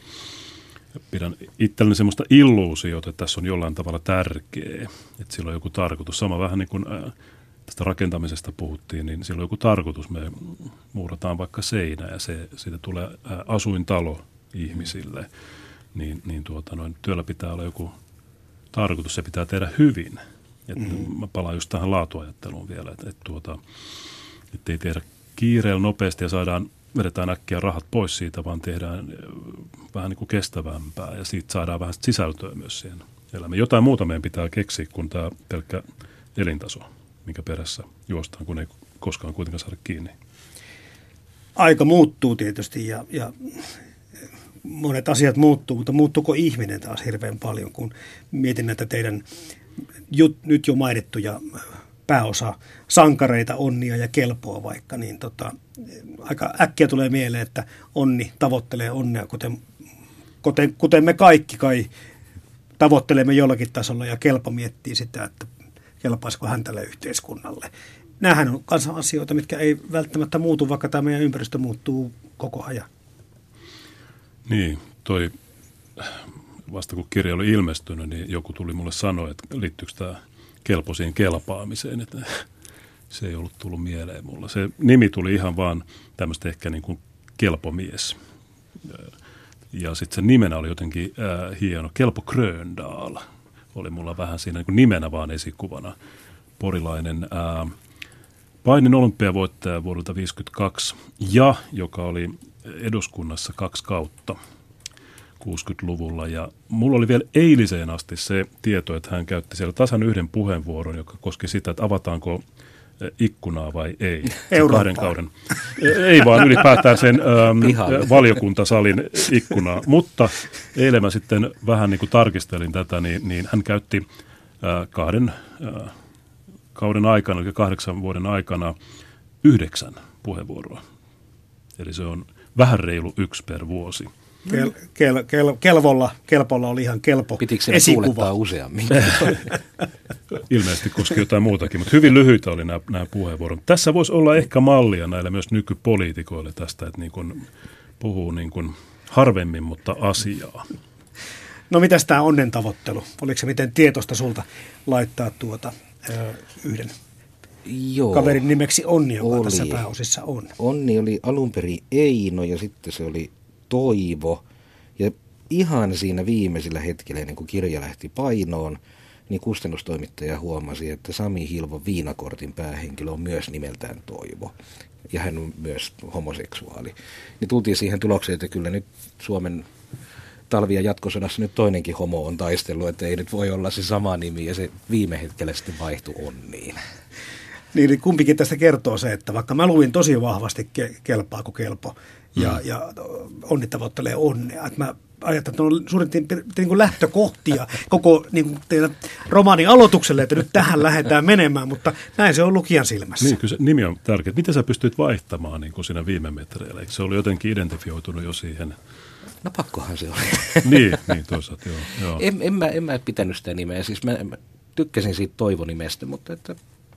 pidän itselleni semmoista illuusiota, että tässä on jollain tavalla tärkeä, että sillä on joku tarkoitus. Sama vähän niin kuin ää, tästä rakentamisesta puhuttiin, niin sillä on joku tarkoitus. Me muurataan vaikka seinä ja se, siitä tulee ää, asuintalo ihmisille. Niin, niin tuota, noin, työllä pitää olla joku tarkoitus, se pitää tehdä hyvin. Et mm-hmm. Mä palaan just tähän laatuajatteluun vielä, että et tuota, et ei tehdä kiireellä nopeasti ja saadaan vedetään äkkiä rahat pois siitä, vaan tehdään vähän niin kuin kestävämpää ja siitä saadaan vähän sisältöä myös siihen elämään. Jotain muuta meidän pitää keksiä kuin tämä pelkkä elintaso, minkä perässä juostaan, kun ei koskaan kuitenkaan saada kiinni. Aika muuttuu tietysti ja, ja monet asiat muuttuu, mutta muuttuuko ihminen taas hirveän paljon, kun mietin näitä teidän jut, nyt jo mainittuja pääosa sankareita, Onnia ja Kelpoa vaikka, niin tota, aika äkkiä tulee mieleen, että Onni tavoittelee onnea, kuten, kuten, kuten me kaikki kai tavoittelemme jollakin tasolla, ja Kelpo miettii sitä, että kelpaisiko hän tälle yhteiskunnalle. Nämähän on kanssa asioita, mitkä ei välttämättä muutu, vaikka tämä meidän ympäristö muuttuu koko ajan. Niin, toi vasta kun kirja oli ilmestynyt, niin joku tuli mulle sanoa, että liittyykö tämä kelposiin kelpaamiseen, että se ei ollut tullut mieleen mulla. Se nimi tuli ihan vaan tämmöistä ehkä niin kuin kelpomies. Ja sitten se nimenä oli jotenkin ää, hieno. Kelpo Gröndal oli mulla vähän siinä niin kuin nimenä vaan esikuvana. Porilainen ää, painin olympiavoittaja vuodelta viisikymmentäkaksi ja joka oli eduskunnassa kaksi kautta kuusikymmentäluvulla. Ja mulla oli vielä eiliseen asti se tieto, että hän käytti siellä tasan yhden puheenvuoron, joka koski sitä, että avataanko ikkunaa vai ei. Kahden kauden. Ei vaan ylipäätään sen ähm, valiokuntasalin ikkunaa. Mutta eilen mä sitten vähän niin kuin tarkistelin tätä, niin, niin hän käytti äh, kahden äh, kauden aikana, eli kahdeksan vuoden aikana, yhdeksän puheenvuoroa. Eli se on vähän reilu yksi per vuosi. Kel, kel, kel, kelvolla, kelpolla oli ihan kelpo pitikö se esikuva. tuulettaa useammin? Ilmeisesti koski jotain muutakin, mutta hyvin lyhyitä oli nämä, nämä puheenvuorot. Tässä voisi olla ehkä mallia näille myös nykypoliitikoille tästä, että niin kuin puhuu niin kuin harvemmin, mutta asiaa. No mitäs tämä onnen tavoittelu? Oliko se miten tietoista sulta laittaa tuota ö, yhden Joo, kaverin nimeksi Onni, joka oli. tässä pääosissa on? Onni oli alun perin Eino ja sitten se oli Toivo. Ja ihan siinä viimeisillä hetkellä, niin kun kirja lähti painoon, niin kustannustoimittaja huomasi, että Sami Hilvon Viinakortin päähenkilö on myös nimeltään Toivo. Ja hän on myös homoseksuaali. Niin tultiin siihen tulokseen, että kyllä nyt Suomen talvi- ja jatkosodassa nyt toinenkin homo on taistellut, että ei nyt voi olla se sama nimi, ja se viime hetkellä sitten vaihtui Onniin. Niin kumpikin tästä kertoo se, että vaikka mä luin tosi vahvasti ke- kelpaako kelpo ja, mm. ja Onni tavoittelee onnea, että mä ajattelin, että on suurin niin kuin lähtökohtia koko niin kuin teidän romaanin aloitukselle, että nyt tähän lähdetään menemään, mutta näin se on lukijan silmässä. Niin, kyllä se nimi on tärkeä. Miten sä pystyit vaihtamaan niin kuin siinä viime metreillä? Eikö se oli jotenkin identifioitunut jo siihen? No pakkohan se oli. niin, niin toisaalta, joo. joo. En, en, mä, en mä pitänyt sitä nimeä. Siis mä, mä tykkäsin siitä Toivo-nimestä, mutta että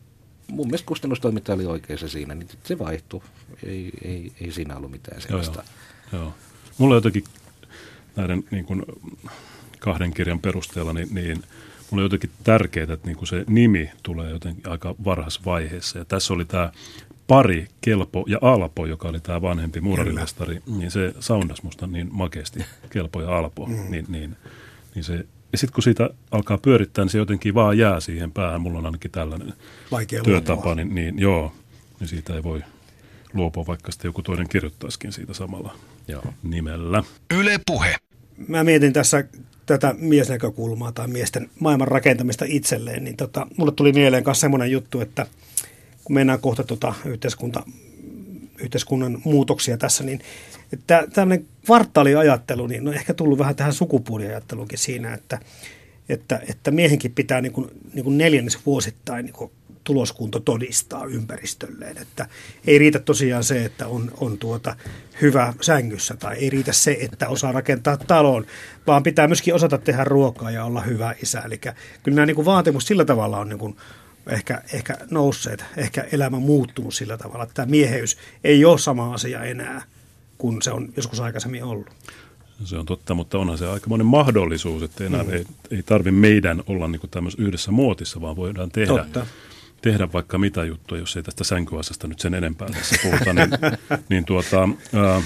mun mielestä kustannustoimittaja oli oikeassa siinä, niin se vaihtui. Ei, ei, ei siinä ollut mitään sellaista. Joo, joo. Mulla jotenkin näiden niin kuin kahden kirjan perusteella, niin, niin mulla on jotenkin tärkeää, että niin kuin se nimi tulee jotenkin aika varhaisessa vaiheessa. Ja tässä oli tämä pari, Kelpo ja Alpo, joka oli tämä vanhempi muurarimestari, niin se soundasi musta niin makeasti, Kelpo ja Alpo. Mm. Niin, niin, niin se, ja sitten kun siitä alkaa pyörittää, niin se jotenkin vaan jää siihen päähän. Mulla on ainakin tällainen vaikea työtapa, niin, niin joo, niin siitä ei voi luopua, vaikka sitten joku toinen kirjoittaisikin siitä samalla joo. nimellä. Yle Puhe. Mä mietin tässä tätä miesnäkökulmaa tai miesten maailman rakentamista itselleen, niin tota, mulle tuli mieleen myös semmoinen juttu, että kun mennään kohta tota yhteiskunta, yhteiskunnan muutoksia tässä, niin että tämmöinen kvartaaliajattelu, niin on ehkä tullut vähän tähän sukupuoliajatteluunkin siinä, että, että, että miehenkin pitää niin kuin, niin kuin neljännes vuosittain niin kuin tuloskunto todistaa ympäristölleen, että ei riitä tosiaan se, että on, on tuota hyvä sängyssä tai ei riitä se, että osaa rakentaa talon, vaan pitää myöskin osata tehdä ruokaa ja olla hyvä isä. Eli kyllä nämä niin kuin vaatimus sillä tavalla on niin kuin ehkä, ehkä nousseet, ehkä elämä muuttunut sillä tavalla, että tämä mieheys ei ole sama asia enää kuin se on joskus aikaisemmin ollut. Se on totta, mutta onhan se aikamoinen mahdollisuus, että enää mm. ei, ei tarvitse meidän olla niin kuin tämmöisessä yhdessä muotissa, vaan voidaan tehdä, tehdä vaikka mitä juttua, jos ei tästä sänkyasiasta nyt sen enempää tässä puhuta. niin, niin tuota, ää,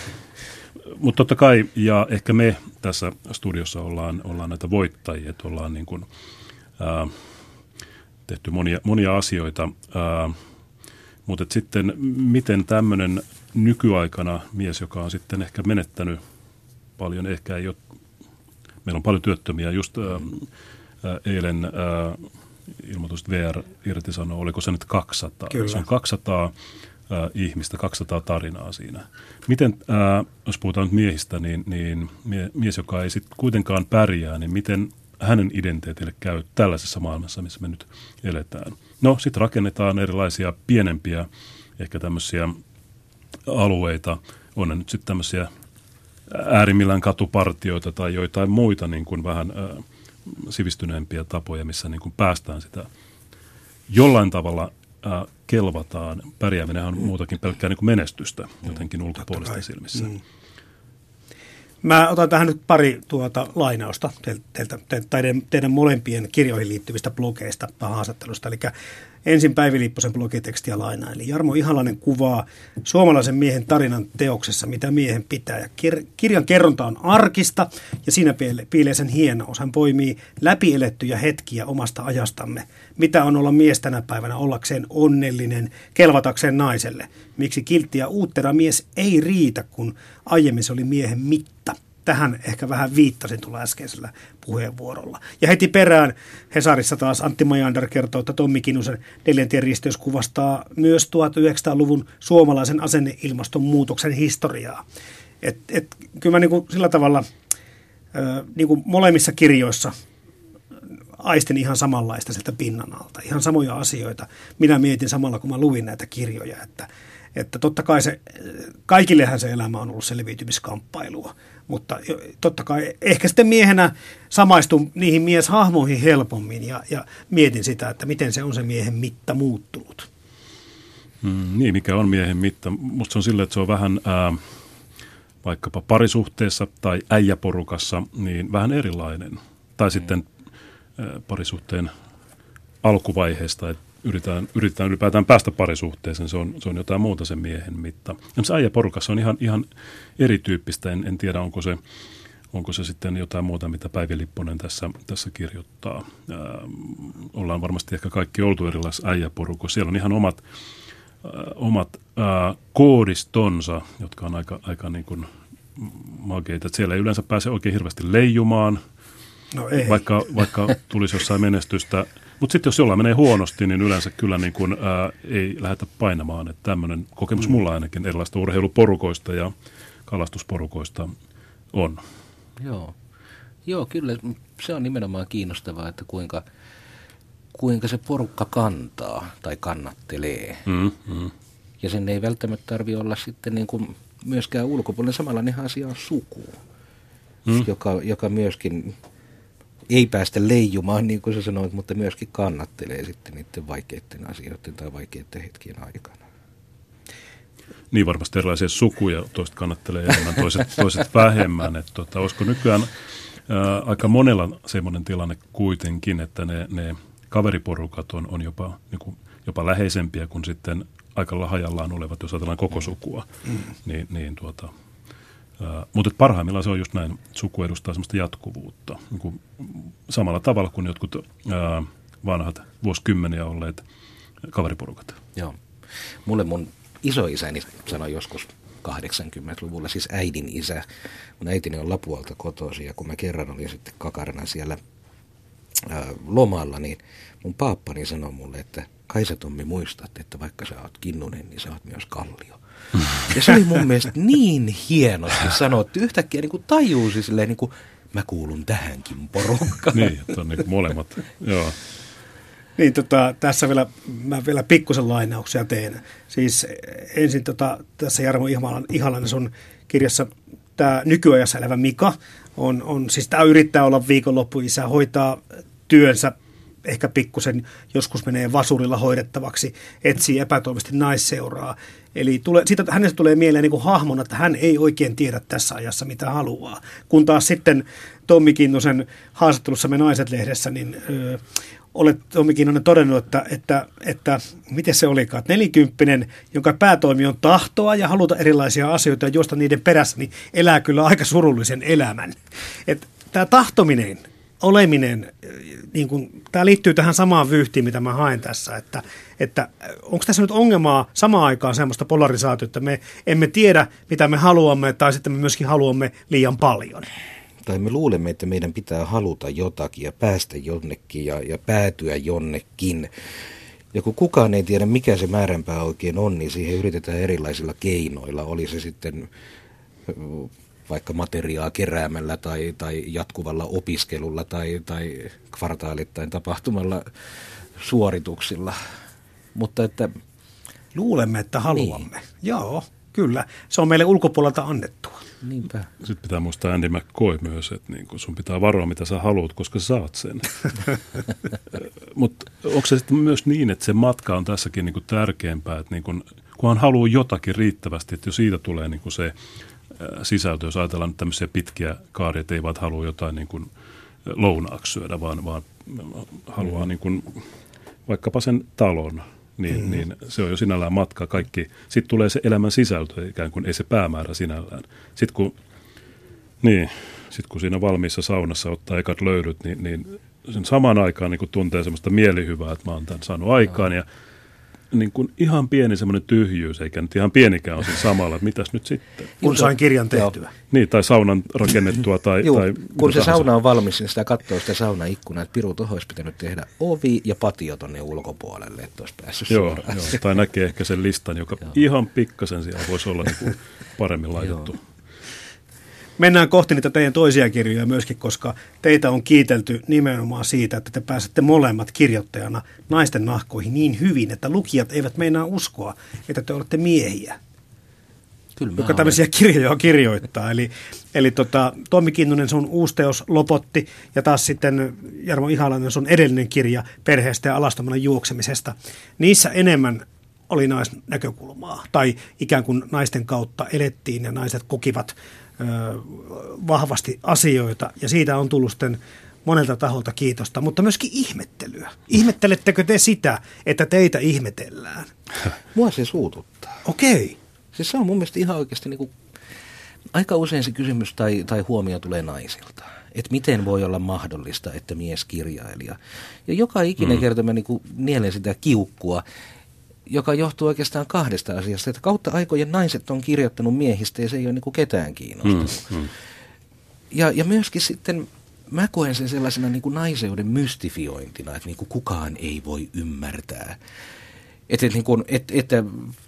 mutta totta kai, ja ehkä me tässä studiossa ollaan, ollaan näitä voittajia, että ollaan niin kuin, ää, tehty monia, monia asioita, ää, mutta sitten miten tämmöinen nykyaikana mies, joka on sitten ehkä menettänyt paljon, ehkä ei ole, meillä on paljon työttömiä, just ää, ää, eilen ää, ilmoitusta V R irtisanoo, oliko se nyt kaksisataa? Kyllä. Se on kaksisataa ää, ihmistä, kaksisataa tarinaa siinä. Miten, ää, jos puhutaan nyt miehistä, niin, niin mie, mies, joka ei sitten kuitenkaan pärjää, niin miten hänen identiteetille käy tällaisessa maailmassa, missä me nyt eletään? No, sitten rakennetaan erilaisia pienempiä, ehkä tämmöisiä alueita, on ne nyt sitten tämmöisiä äärimmillään katupartioita tai joitain muita niin kuin vähän ää, sivistyneempiä tapoja, missä niin kuin päästään sitä jollain tavalla ää, kelvataan. Pärjääminen on muutakin pelkkää niin kuin menestystä jotenkin ulkopuolisten silmissä. Mm. Mä otan tähän nyt pari tuota lainausta teiltä, te, teidän, teidän molempien kirjoihin liittyvistä blogeista tai haastattelusta. Eli ensin Päivi Lipposen blogitekstiä lainaa. Eli Jarmo Ihalainen kuvaa suomalaisen miehen tarinan teoksessa, mitä miehen pitää. Ja kir- kirjan kerronta on arkista ja siinä piilee sen hienous. Hän poimii läpielettyjä hetkiä omasta ajastamme. Mitä on olla mies tänä päivänä ollakseen onnellinen, kelvatakseen naiselle? Miksi kiltti ja uuttera mies ei riitä, kun aiemmin se oli miehen mitta? tähän ehkä vähän viittasin tuolla äskeisellä puheenvuorolla. Ja heti perään Hesarissa taas Antti Majander kertoo, että Tommi Kinnusen Neljäntien risteys kuvastaa myös tuhatyhdeksänsataaluvun suomalaisen asenneilmastonmuutoksen historiaa. Et, et, kyllä mä niin kuin sillä tavalla ö, niin kuin molemmissa kirjoissa aistin ihan samanlaista sieltä pinnan alta, ihan samoja asioita. Minä mietin samalla, kun mä luin näitä kirjoja, että, että totta kai se, kaikillehän se elämä on ollut selviytymiskamppailua, mutta totta kai ehkä sitten miehenä samaistun niihin mieshahmoihin helpommin ja, ja mietin sitä, että miten se on se miehen mitta muuttunut. Mm, niin, mikä on miehen mitta? Musta se on silleen, että se on vähän ää, vaikkapa parisuhteessa tai äijäporukassa niin vähän erilainen. Tai mm. sitten parisuhteen alkuvaiheesta, että yritetään, yritetään ylipäätään päästä parisuhteeseen, se on, se on jotain muuta se miehen mitta. Ja se äijäporukassa on ihan, ihan erityyppistä, en, en tiedä onko se, onko se sitten jotain muuta, mitä Päivi Lipponen tässä, tässä kirjoittaa. Ää, ollaan varmasti ehkä kaikki oltu erilaisissa äijäporukoissa, siellä on ihan omat, ää, omat ää, koodistonsa, jotka on aika, aika niin kuin makeita, että siellä ei yleensä pääse oikein hirveästi leijumaan, No ei. Vaikka, vaikka tulisi jossain menestystä. Mutta sitten jos jollain menee huonosti, niin yleensä kyllä niin kun, ää, ei lähdetä painamaan. Että tämmöinen kokemus mm. mulla ainakin erilaista urheiluporukoista ja kalastusporukoista on. Joo. Joo, kyllä se on nimenomaan kiinnostavaa, että kuinka, kuinka se porukka kantaa tai kannattelee. Mm, mm. Ja sen ei välttämättä tarvitse olla sitten niin kuin myöskään ulkopuolinen. Samanlainen asia on suku, mm. joka, joka myöskin ei päästä leijumaan, niin kuin sä sanoit, mutta myöskin kannattelee sitten niiden vaikeiden asioiden tai vaikeiden hetkien aikana. Niin varmasti erilaisia sukuja, toiset kannattelee enemmän, toiset, toiset vähemmän. Että tota, olisiko nykyään ää, aika monella semmoinen tilanne kuitenkin, että ne, ne kaveriporukat on, on jopa, niin kuin, jopa läheisempiä kuin sitten aika lahajallaan olevat, jos ajatellaan koko sukua. Mm. Niin, niin tuota... Uh, mutta parhaimmillaan se on just näin, suku edustaa semmoista jatkuvuutta. Niin kuin samalla tavalla kuin jotkut uh, vanhat vuosikymmeniä olleet kaveriporukat. Joo. Mulle mun isoisäni sanoi joskus kahdeksankymmentäluvulla, siis äidin isä. Mun äitini on Lapualta kotoisin ja kun mä kerran olin sitten kakarana siellä uh, lomalla, niin mun paappani sanoi mulle, että kai sä Tommi muistat, että vaikka sä oot Kinnunen, niin sä oot myös Kallio. Ja se oli mun mielestä niin hienosti sanottu. Yhtäkkiä niin kuin tajusi silleen, niin kuin mä kuulun tähänkin porukkaan. Niin, että on niin kuin molemmat, joo. Niin, tota, tässä vielä, mä vielä pikkusen lainauksia teen. Siis ensin tota, tässä Jarmo Ihalainen sun kirjassa tämä nykyajassa elävä Mika on, on siis tämä yrittää olla viikonloppuisä, hoitaa työnsä ehkä pikkusen, joskus menee vasurilla hoidettavaksi, etsii epätoimisesti naisseuraa. Eli tule, siitä hänestä tulee mieleen niin kuin hahmona, että hän ei oikein tiedä tässä ajassa, mitä haluaa. Kun taas sitten Tommi Kinnusen haastattelussa Me Naiset-lehdessä, niin ö, olet Tommi Kinnunen todennut, että, että, että miten se olikaan, että nelikymppinen, jonka päätoimi on tahtoa ja haluta erilaisia asioita ja juosta niiden perässä, niin elää kyllä aika surullisen elämän. Että tämä tahtominen, oleminen, niin kuin, tämä liittyy tähän samaan vyyhtiin, mitä mä haen tässä, että, että onko tässä nyt ongelmaa samaan aikaan semmoista polarisaatiota, että me emme tiedä, mitä me haluamme, tai sitten me myöskin haluamme liian paljon. Tai me luulemme, että meidän pitää haluta jotakin ja päästä jonnekin ja, ja päätyä jonnekin. Ja kun kukaan ei tiedä, mikä se määränpää oikein on, niin siihen yritetään erilaisilla keinoilla, oli se sitten vaikka materiaa keräämällä tai, tai jatkuvalla opiskelulla tai, tai kvartaalittain tapahtumalla suorituksilla. Mutta että luulemme, että haluamme. Niin. Joo, kyllä. Se on meille ulkopuolelta annettua. Niinpä. Sitten pitää muistaa Andy McCoy myös, että niin sun pitää varoa, mitä sä haluat, koska sä saat sen. Mutta onko se sitten myös niin, että se matka on tässäkin niin kuin tärkeämpää, että niin kun, kunhan haluaa jotakin riittävästi, että jo siitä tulee niin kuin se sisältö, jos ajatellaan nyt tämmöisiä pitkiä kaaria, että ei vaan halua jotain niin kuin lounaaksi syödä, vaan, vaan haluaa mm. niin kuin vaikkapa sen talon, niin, mm. niin se on jo sinällään matka kaikki. Sitten tulee se elämän sisältö ikään kuin, ei se päämäärä sinällään. Sitten kun, niin, sit kun siinä valmiissa saunassa ottaa ekat löydyt, niin, niin sen samaan aikaan niin kuin tuntee semmoista mielihyvää, että mä oon tämän saanut aikaan ja niin kuin ihan pieni semmoinen tyhjyys, eikä nyt ihan pienikään osin samalla, että mitäs nyt sitten. Kun sain kirjan tehtyä. Joo. Niin, tai saunan rakennettua. Tai, Juu, tai kun se tahansa. sauna on valmis, niin sitä katsoo sitä saunaikkunaa, että Piru, tuohon olisi pitänyt tehdä ovi ja patio tonne ulkopuolelle, että olisi päässyt Joo, suoraan. joo, tai näkee ehkä sen listan, joka ihan pikkasen siellä voisi olla niin kuin paremmin laitettu. Mennään kohti niitä teidän toisia kirjoja myöskin, koska teitä on kiitelty nimenomaan siitä, että te pääsette molemmat kirjoittajana naisten nahkoihin niin hyvin, että lukijat eivät meinaa uskoa, että te olette miehiä, Kyllä mä joka olen. tämmöisiä kirjoja kirjoittaa. Eli, eli tota, Tommi Kinnunen, sun uusi teos Lopotti, ja taas sitten Jarmo Ihalainen, sun edellinen kirja Perheestä ja alastomana juoksemisesta. Niissä enemmän oli naisnäkökulmaa, tai ikään kuin naisten kautta elettiin ja naiset kokivat ö, vahvasti asioita, ja siitä on tullut sitten monelta taholta kiitosta, mutta myöskin ihmettelyä. Ihmettelettekö te sitä, että teitä ihmetellään? Mua se suututtaa. Okei. Siis se on mun mielestä ihan oikeasti niin kuin, aika usein se kysymys tai, tai huomio tulee naisilta. Että miten voi olla mahdollista, että mieskirjailija. Ja joka ikinen mm. kerta mä niin kuin nielen sitä kiukkua, joka johtuu oikeastaan kahdesta asiasta. Että kautta aikojen naiset on kirjoittanut miehistä ja se ei ole niin kuin ketään kiinnostanut. Mm. Mm. Ja, ja myöskin sitten mä koen sen sellaisena niin kuin naiseuden mystifiointina, että niin kuin kukaan ei voi ymmärtää. Että, niin kuin, että, että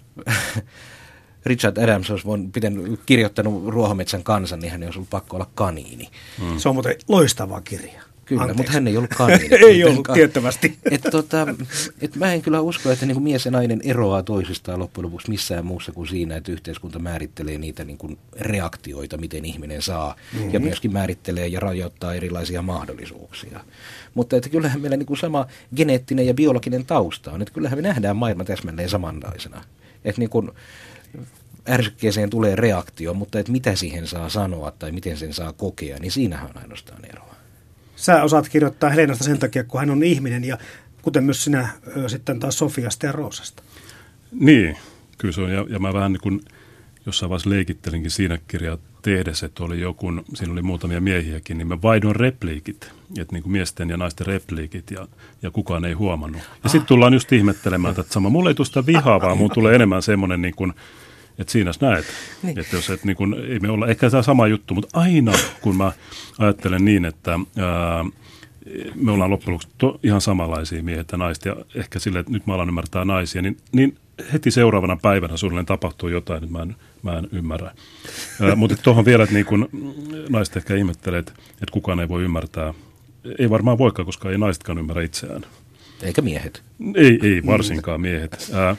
Richard Adams olisi pitänyt, kirjoittanut Ruohometsän kansan, niin hän ei olisi ollut pakko olla kaniini. Mm. Se on muuten loistava kirja. Kyllä, Anteeksi. mutta hän ei ollut kaniini. Ei ollut, tiettävästi. Et, tota, et mä en kyllä usko, että niinku mies ja nainen eroaa toisistaan loppujen lopuksi missään muussa kuin siinä, että yhteiskunta määrittelee niitä niinku reaktioita, miten ihminen saa, mm-hmm. ja myöskin määrittelee ja rajoittaa erilaisia mahdollisuuksia. Mutta että kyllähän meillä niinku sama geneettinen ja biologinen tausta on, että kyllähän me nähdään maailma täsmälleen samanlaisena. Että niinku ärsykkeeseen tulee reaktio, mutta että mitä siihen saa sanoa tai miten sen saa kokea, niin siinähän on ainoastaan eroa. Sä osaat kirjoittaa Helenasta sen takia, kun hän on ihminen, ja kuten myös sinä ö, sitten taas Sofiasta ja Roosasta. Niin, kyllä se on. Ja, ja mä vähän niin kuin jossain vaiheessa leikittelinkin siinä kirjaa tehdessä, että oli joku, siinä oli muutamia miehiäkin, niin mä vaihdoin repliikit, että niin kuin miesten ja naisten repliikit, ja, ja kukaan ei huomannut. Ja sitten tullaan just ihmettelemään, että sama, mulle ei tule sitä vihaa, vaan mun tulee enemmän semmoinen niin kuin, että siinä näet, niin. Että jos et, niin kun, ei me olla, ehkä tämä sama juttu, mutta aina kun mä ajattelen niin, että ää, me ollaan loppujen lopuksi to, ihan samanlaisia miehet ja naiset, ja ehkä sille, että nyt mä alan ymmärtää naisia, niin, niin heti seuraavana päivänä suunnilleen tapahtuu jotain, että mä en, mä en ymmärrä. Ää, mutta tuohon vielä, että niin kun naiset ehkä ihmettelee, että, että kukaan ei voi ymmärtää. Ei varmaan voikaan, koska ei naisetkaan ymmärrä itseään. Eikä miehet. Ei, ei varsinkaan miehet. Ää,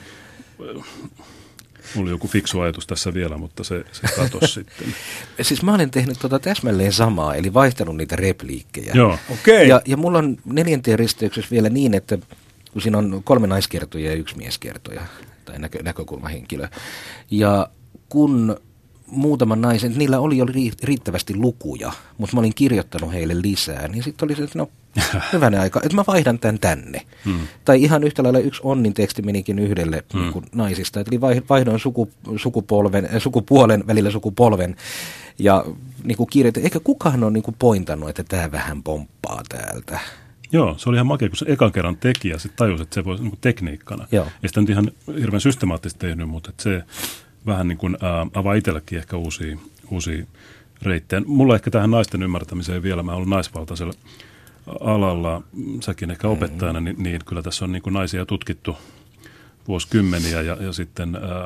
Mulla oli joku fiksu ajatus tässä vielä, mutta se, se katosi sitten. Siis mä olen tehnyt tota täsmälleen samaa, eli vaihtanut niitä repliikkejä. Joo. Okei. Ja, ja mulla on neljänteen risteyksessä vielä niin, että kun siinä on kolme naiskertoja ja yksi mieskertoja, tai näkö, näkökulmahenkilö. Ja kun muutaman naisen, niillä oli jo riittävästi lukuja, mutta mä olin kirjoittanut heille lisää, niin sitten oli se, että no hyvänä aika, että mä vaihdan tämän tänne. Hmm. Tai ihan yhtä lailla yksi Onnin teksti menikin yhdelle hmm. niin kuin naisista, eli vaihdoin suku, sukupolven, äh, sukupuolen välillä sukupolven, ja niin kuin kirjoitin, eikä kukaan ole niin kuin pointannut, että tämä vähän pomppaa täältä. Joo, se oli ihan makea, kun se ekan kerran teki ja sitten tajusi, että se voi niin tekniikkana. Joo. Ei sitä nyt ihan hirveän systemaattisesti tehnyt, mutta että se vähän niin kuin ää, avaa itselläkin ehkä uusia, uusia reittejä. Mulla ehkä tähän naisten ymmärtämiseen vielä, mä olen naisvaltaisella alalla, säkin ehkä opettajana, mm-hmm. niin, niin kyllä tässä on niin kuin naisia tutkittu vuosikymmeniä ja, ja sitten ää,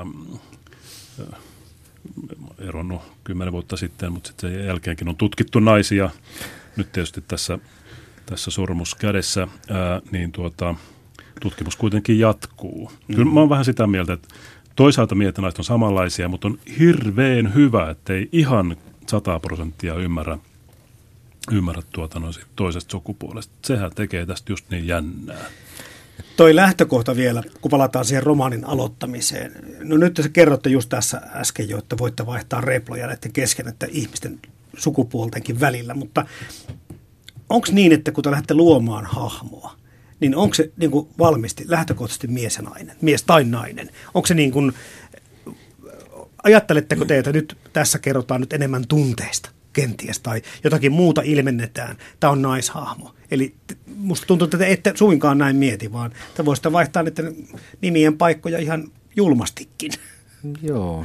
eronnut kymmenen vuotta sitten, mutta sitten sen jälkeenkin on tutkittu naisia. Nyt tietysti tässä, tässä sormus kädessä, ää, niin tuota, tutkimus kuitenkin jatkuu. Mm-hmm. Kyllä mä oon vähän sitä mieltä, että toisaalta miehet ja naiset on samanlaisia, mutta on hirveän hyvä, ettei ihan sata prosenttia ymmärrä, ymmärrä tuota no, toisesta sukupuolesta. Sehän tekee tästä just niin jännää. Toi lähtökohta vielä, kun palataan siihen romaanin aloittamiseen. No nyt te kerrotte just tässä äsken jo, että voitte vaihtaa reploja näiden kesken, että ihmisten sukupuoltenkin välillä, mutta onko niin, että kun te lähdette luomaan hahmoa, niin onko se niin kuin valmisti lähtökohtaisesti mies ja nainen, mies tai nainen? Onko se niin kuin, ajatteletteko te, että nyt tässä kerrotaan nyt enemmän tunteista? kenties tai jotakin muuta ilmennetään. Tämä on naishahmo. Eli musta tuntuu, että te ette suinkaan näin mieti, vaan te voisitte vaihtaa niiden nimien paikkoja ihan julmastikin. Joo.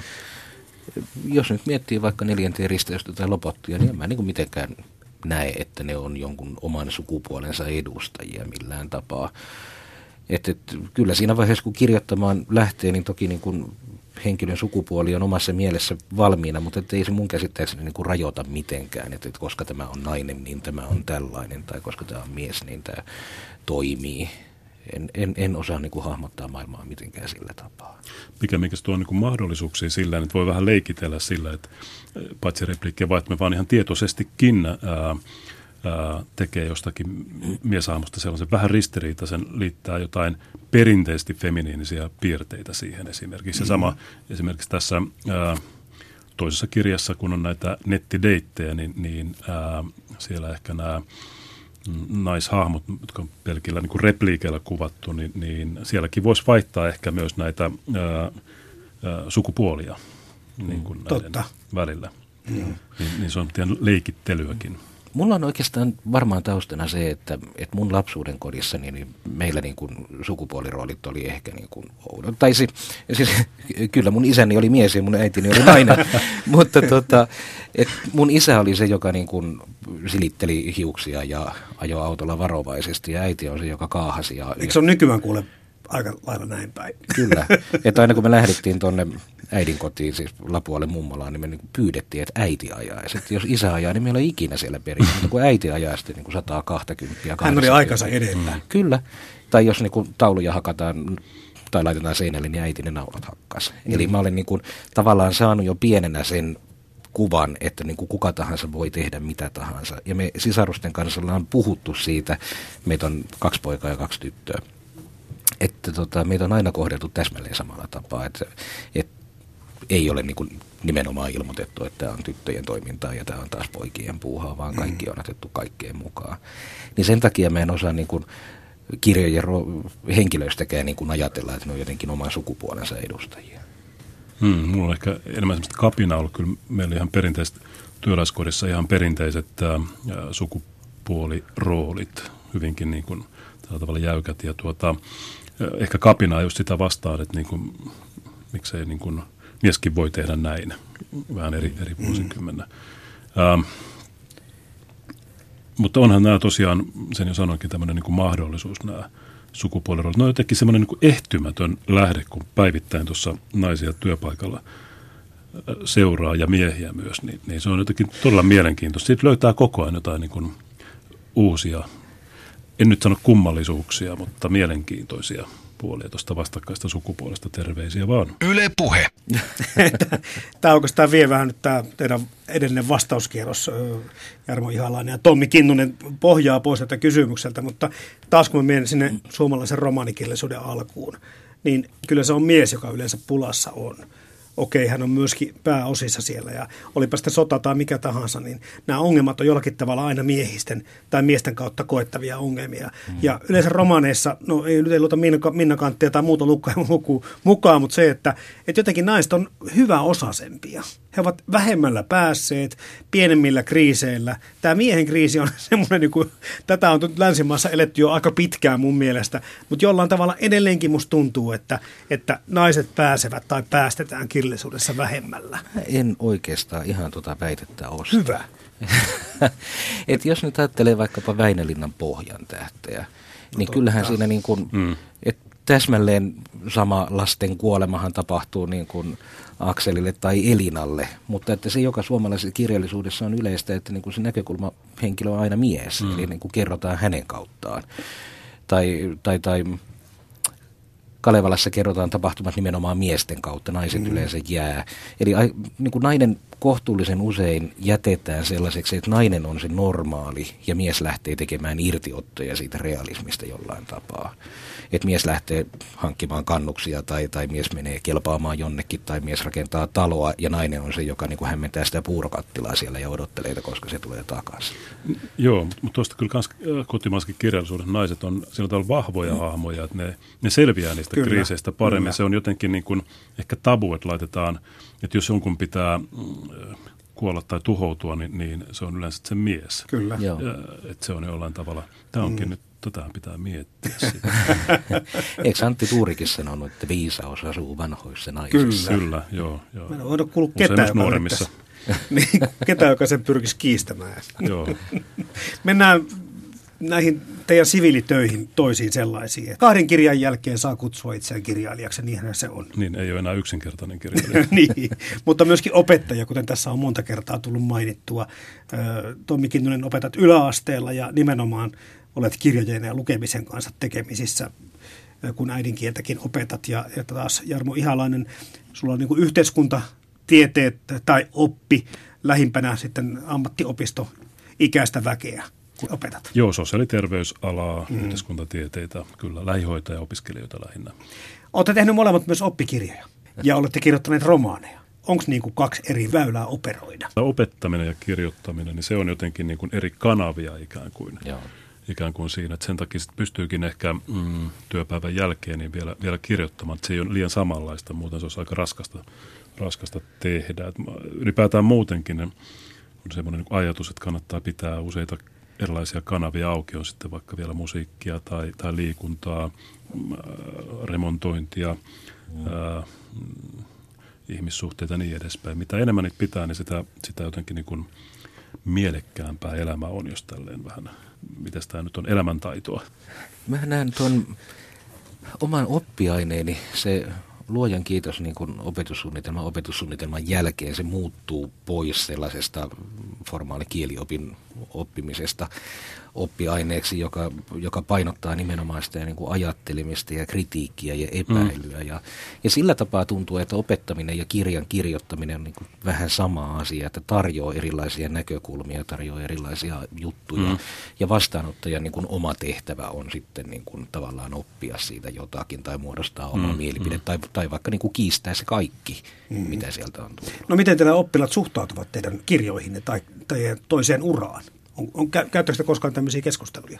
Jos nyt miettii vaikka neljäntien risteystä tai lopottia, niin en mä niin kuin mitenkään näe, että ne on jonkun oman sukupuolensa edustajia millään tapaa. Et, et, kyllä siinä vaiheessa, kun kirjoittamaan lähtee, niin toki niin kuin henkilön sukupuoli on omassa mielessä valmiina, mutta et ei se mun käsittääkseni niin kuin rajoita mitenkään, että et koska tämä on nainen, niin tämä on tällainen, tai koska tämä on mies, niin tämä toimii. En, en, en osaa niin kuin hahmottaa maailmaa mitenkään sillä tapaa. Pikemminkin tuo on niin kuin mahdollisuuksia sillä, että voi vähän leikitellä sillä, että paitsi repliikkejä, vaan että me vaan ihan tietoisestikin ää, ää, tekee jostakin mieshahmosta sellaisen vähän ristiriitaisen, liittää jotain perinteisesti feminiinisiä piirteitä siihen esimerkiksi. Ja sama mm-hmm. esimerkiksi tässä ää, toisessa kirjassa, kun on näitä nettideittejä, niin, niin ää, siellä ehkä nämä naishahmot, jotka on pelkillä niin kuin repliikeillä kuvattu, niin, niin sielläkin voisi vaihtaa ehkä myös näitä ää, ää, sukupuolia niin kuin näiden Totta. välillä. Mm. Niin, niin se on tietysti leikittelyäkin. Mulla on oikeastaan varmaan taustana se, että, että mun lapsuuden kodissa niin, niin meillä niin kuin sukupuoliroolit oli ehkä niin kuin oudot. Tai siis, siis kyllä mun isäni oli mies ja mun äitini oli nainen, mutta tota, et mun isä oli se, joka niin kuin silitteli hiuksia ja ajoi autolla varovaisesti ja äiti on se, joka kaahasi. Ja, eikö se ole nykyään kuule aika lailla näin päin? Kyllä, että aina kun me lähdettiin tuonne äidin kotiin, siis Lapualle mummolaan, niin me niin pyydettiin, että äiti ajaisi. Että jos isä ajaa, niin meillä ei ikinä siellä perin. Mutta kun äiti ajaa sitten niin kuin sata kaksikymmentä. Hän oli aikansa edellä. Kyllä. Tai jos niin kuin tauluja hakataan tai laitetaan seinälle, niin äiti ne naulat hakkas. Mm. Eli mä olen niin kuin tavallaan saanut jo pienenä sen kuvan, että niin kuin kuka tahansa voi tehdä mitä tahansa. Ja me sisarusten kanssa ollaan puhuttu siitä, meitä on kaksi poikaa ja kaksi tyttöä, että tota, meitä on aina kohdeltu täsmälleen samalla tapaa, että, että ei ole niin kuin nimenomaan ilmoitettu, että tämä on tyttöjen toimintaa ja tämä on taas poikien puuhaa, vaan kaikki on otettu kaikkeen mukaan. Niin sen takia mä en osaa niin kuin kirjojen henkilöistäkään niin kuin ajatella, että ne on jotenkin oman sukupuolensa edustajia. Hmm, mulla on ehkä enemmän sellaista kapinaa ollut. Kyllä meillä ihan perinteiset työläiskodissa ihan perinteiset ää, sukupuoliroolit, hyvinkin niin kuin tällä tavalla jäykät. Ja tuota, ehkä kapinaa just sitä vastaan, että niin kuin, miksei niin kuin mieskin voi tehdä näin vähän eri, eri vuosikymmenen. Mm. Ähm, mutta onhan nämä tosiaan, sen jo sanoinkin, tämmöinen niin kuin mahdollisuus nämä sukupuoliroolit. Ne on jotenkin semmoinen niin kuin ehtymätön lähde, kun päivittäin tuossa naisia työpaikalla seuraa ja miehiä myös, niin, niin se on jotenkin todella mielenkiintoista. Siitä löytää koko ajan jotain niin kuin uusia, en nyt sano kummallisuuksia, mutta mielenkiintoisia puolia tuosta vastakkaista sukupuolesta. Terveisiä vaan. Yle Puhe. Tämä oikeastaan vie vähän nyt tämä teidän edellinen vastauskierros, Jarmo Ihalainen ja Tommi Kinnunen pohjaa pois tätä kysymykseltä, mutta taas kun mä menen sinne suomalaisen romaanikirjallisuuden alkuun, niin kyllä se on mies, joka yleensä pulassa on. Okei, hän on myöskin pääosissa siellä ja olipa sitten sota tai mikä tahansa, niin nämä ongelmat on jollakin tavalla aina miehisten tai miesten kautta koettavia ongelmia. Mm. Ja yleensä romaaneissa, no ei nyt ei luota Minna, Minna Kanttia tai muuta lukkaa mukaan, mutta se, että, että jotenkin naiset on hyväosaisempia. He ovat vähemmällä päässeet, pienemmillä kriiseillä. Tämä miehen kriisi on semmoinen, niin kuin, tätä on länsimaassa eletty jo aika pitkään mun mielestä, mutta jollain tavalla edelleenkin musta tuntuu, että, että naiset pääsevät tai päästetään kirjallisuudessa vähemmällä. En oikeastaan ihan tuota väitettä osta. Hyvä. Et jos nyt ajattelee vaikkapa Väinölinnan Pohjan tähteä, no niin totta. Kyllähän siinä niin kuin, mm. että täsmälleen sama lasten kuolemahan tapahtuu niin kuin Akselille tai Elinalle, mutta että se, joka suomalaisessa kirjallisuudessa on yleistä, että niin kuin se näkökulmahenkilö on aina mies, mm. eli niin kuin kerrotaan hänen kauttaan. Tai, tai, tai Kalevalassa kerrotaan tapahtumat nimenomaan miesten kautta, naiset mm. yleensä jää. Eli niin kuin nainen kohtuullisen usein jätetään sellaiseksi, että nainen on se normaali ja mies lähtee tekemään irtiottoja siitä realismista jollain tapaa. Että mies lähtee hankkimaan kannuksia tai, tai mies menee kelpaamaan jonnekin tai mies rakentaa taloa ja nainen on se, joka niin kuin hämmentää sitä puurokattilaa siellä ja odottelee, koska se tulee takaisin. Joo, mutta tuosta kyllä kans kotimaisessakin kirjallisuudessa naiset on sillä tavalla vahvoja mm. hahmoja, että ne, ne selviää niistä kyllä, kriiseistä paremmin. Kyllä. Se on jotenkin niin kuin ehkä tabu, että laitetaan, että jos jonkun pitää kuolla tai tuhoutua, niin, niin se on yleensä sen mies. Kyllä. Ja, että se on jollain tavalla, tämä onkin mm. nyt, tätä pitää miettiä. Eikö Antti Tuurikin sanonut, että viisaus asuu vanhoissa naisissa? Kyllä. Kyllä, joo. joo. Mä en voida kuulla ketään, joka nuoremmissa. niin, ketään, joka sen pyrkisi kiistämään. Joo. Mennään näihin teidän siviilitöihin toisiin sellaisiin. Että kahden kirjan jälkeen saa kutsua itseään kirjailijaksi, niinhän se on. Niin, ei ole enää yksinkertainen kirjailija. Niin, mutta myöskin opettaja, kuten tässä on monta kertaa tullut mainittua. Tommi Kinnunen, opetat yläasteella ja nimenomaan olet kirjojen ja lukemisen kanssa tekemisissä, kun äidinkieltäkin opetat. Ja, ja taas Jarmo Ihalainen, sulla on niin kuin yhteiskuntatieteet tai oppi lähimpänä sitten ammattiopisto ikäistä väkeä, kun opetat. Joo, sosiaali- ja terveysalaa, mm. yhteiskuntatieteitä, kyllä lähihoitaja-opiskelijoita lähinnä. Olette tehneet molemmat myös oppikirjoja ja olette kirjoittaneet romaaneja. Onko niin kuin kaksi eri väylää operoida? Opettaminen ja kirjoittaminen, niin se on jotenkin niin kuin eri kanavia ikään kuin. Joo. Ikään kuin siinä, että sen takia sit pystyykin ehkä mm, työpäivän jälkeen niin vielä, vielä kirjoittamaan, että se ei ole liian samanlaista, muuten se olisi aika raskasta, raskasta tehdä. Et ylipäätään muutenkin on semmoinen ajatus, että kannattaa pitää useita erilaisia kanavia auki, on sitten vaikka vielä musiikkia tai, tai liikuntaa, äh, remontointia, mm. äh, ihmissuhteita ja niin edespäin. Mitä enemmän niitä pitää, niin sitä, sitä jotenkin niin kuin mielekkäämpää elämä on, jos tälleen vähän, mitäs tämä nyt on, elämäntaitoa. Mä näen tuon oman oppiaineeni, se luojan kiitos niin kuin opetussuunnitelman, opetussuunnitelman jälkeen se muuttuu pois sellaisesta formaali kieliopin oppimisesta oppiaineeksi, joka, joka painottaa nimenomaan sitä niin kuin ajattelemista ja kritiikkiä ja epäilyä. Mm. Ja, ja sillä tapaa tuntuu, että opettaminen ja kirjan kirjoittaminen on niin kuin vähän sama asia, että tarjoaa erilaisia näkökulmia, tarjoaa erilaisia juttuja. Mm. Ja vastaanottajan niin kuin oma tehtävä on sitten niin kuin tavallaan oppia siitä jotakin tai muodostaa oma mm. mielipide tai, tai vaikka niin kuin kiistää se kaikki, mm. mitä sieltä on tullut. No miten teillä oppilaat suhtautuvat teidän kirjoihinne tai, tai toiseen uraan? On, on, käyttäkö te koskaan tämmöisiä keskusteluja?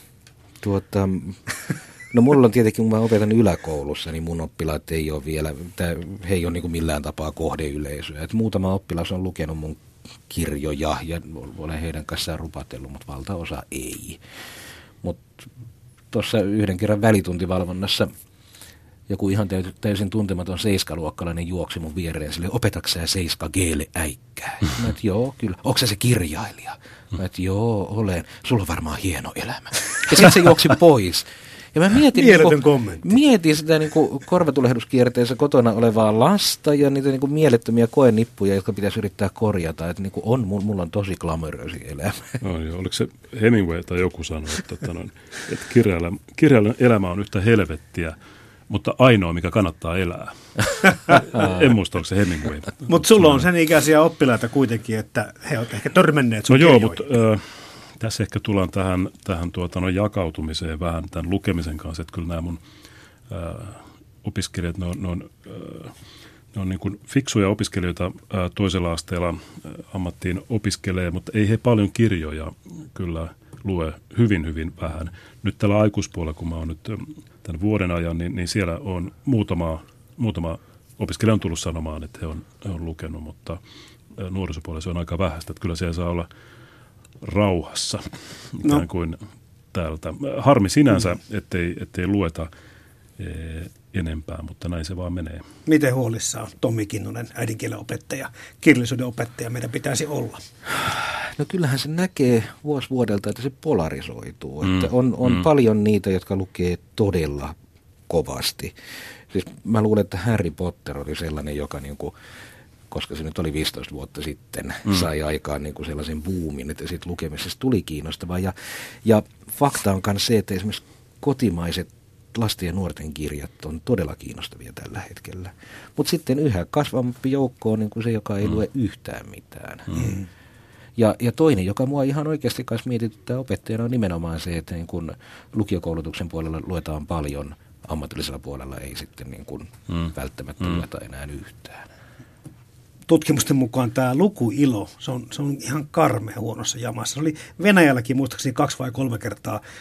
Tuota, no mulla on tietenkin, kun mä opetan yläkoulussa, niin mun oppilaat ei ole vielä, tää, he ei ole niin kuin millään tapaa kohdeyleisöä. Et muutama oppilas on lukenut mun kirjoja ja olen heidän kanssaan rupatellut, mutta valtaosa ei. Mutta tuossa yhden kerran välituntivalvonnassa joku ihan täysin tuntematon seiskaluokkalainen juoksi mun viereen sille, opetaksä sä seiska G:lle äikkää? Mä et, joo, kyllä. Onko se kirjailija? Mä et, joo, olen. Sulla on varmaan hieno elämä. Ja sitten se juoksi pois. Ja mä mietin, niin mietin sitä niin kuin korvatulehduskierteessä kotona olevaa lasta ja niitä niin kuin mielettömiä koenippuja, jotka pitäisi yrittää korjata. Että niin kuin on, mulla on tosi glamoröösi elämä. No, joo. Oliko se Hemingway tai joku sanoi, että, että, että kirjailijan, kirjailijan elämä on yhtä helvettiä, mutta ainoa, mikä kannattaa elää. En muista, onko se Hemingway. Mutta sulla on sen ikäisiä oppilaita kuitenkin, että he ovat ehkä törmänneet sun No joo, mutta äh, tässä ehkä tullaan tähän, tähän tuota, no, jakautumiseen vähän tämän lukemisen kanssa. Että kyllä nämä mun äh, opiskelijat, ne on, ne on, äh, ne on niin kuin fiksuja opiskelijoita äh, toisella asteella äh, ammattiin opiskelee, mutta ei he paljon kirjoja kyllä lue, hyvin, hyvin vähän. Nyt tällä aikuispuolella, kun mä oon nyt tämän vuoden ajan, niin, niin siellä on muutama, muutama opiskelija on tullut sanomaan, että he on, he on lukenut, mutta nuorisopuolella se on aika vähäistä. Että kyllä siellä saa olla rauhassa ikään no. kuin täältä. Harmi sinänsä, ettei, ettei lueta e, enempää, mutta näin se vaan menee. Miten huolissaan Tommi Kinnunen, äidinkielen opettaja, kirjallisuuden opettaja meidän pitäisi olla? No kyllähän se näkee vuosi vuodelta, että se polarisoituu. Mm. Että on on mm. paljon niitä, jotka lukee todella kovasti. Siis mä luulen, että Harry Potter oli sellainen, joka niinku, koska se nyt oli viisitoista vuotta sitten, mm. sai aikaan niinku sellaisen boomin, että siitä lukemisesta tuli kiinnostavaa. Ja, ja fakta on myös se, että esimerkiksi kotimaiset lasten ja nuorten kirjat on todella kiinnostavia tällä hetkellä. Mutta sitten yhä kasvavampi joukko on niinku se, joka ei mm. lue yhtään mitään. Mm. Ja, ja toinen, joka mua ihan oikeasti kanssa mietityttää opettajana, on nimenomaan se, että niin kun lukiokoulutuksen puolella luetaan paljon, ammatillisella puolella ei sitten niin kun mm. välttämättä mm. lueta enää yhtään. Tutkimusten mukaan tämä lukuilo, se on, se on ihan karmea huonossa jamassa. Se oli Venäjälläkin muistaakseni kaksi vai kolme kertaa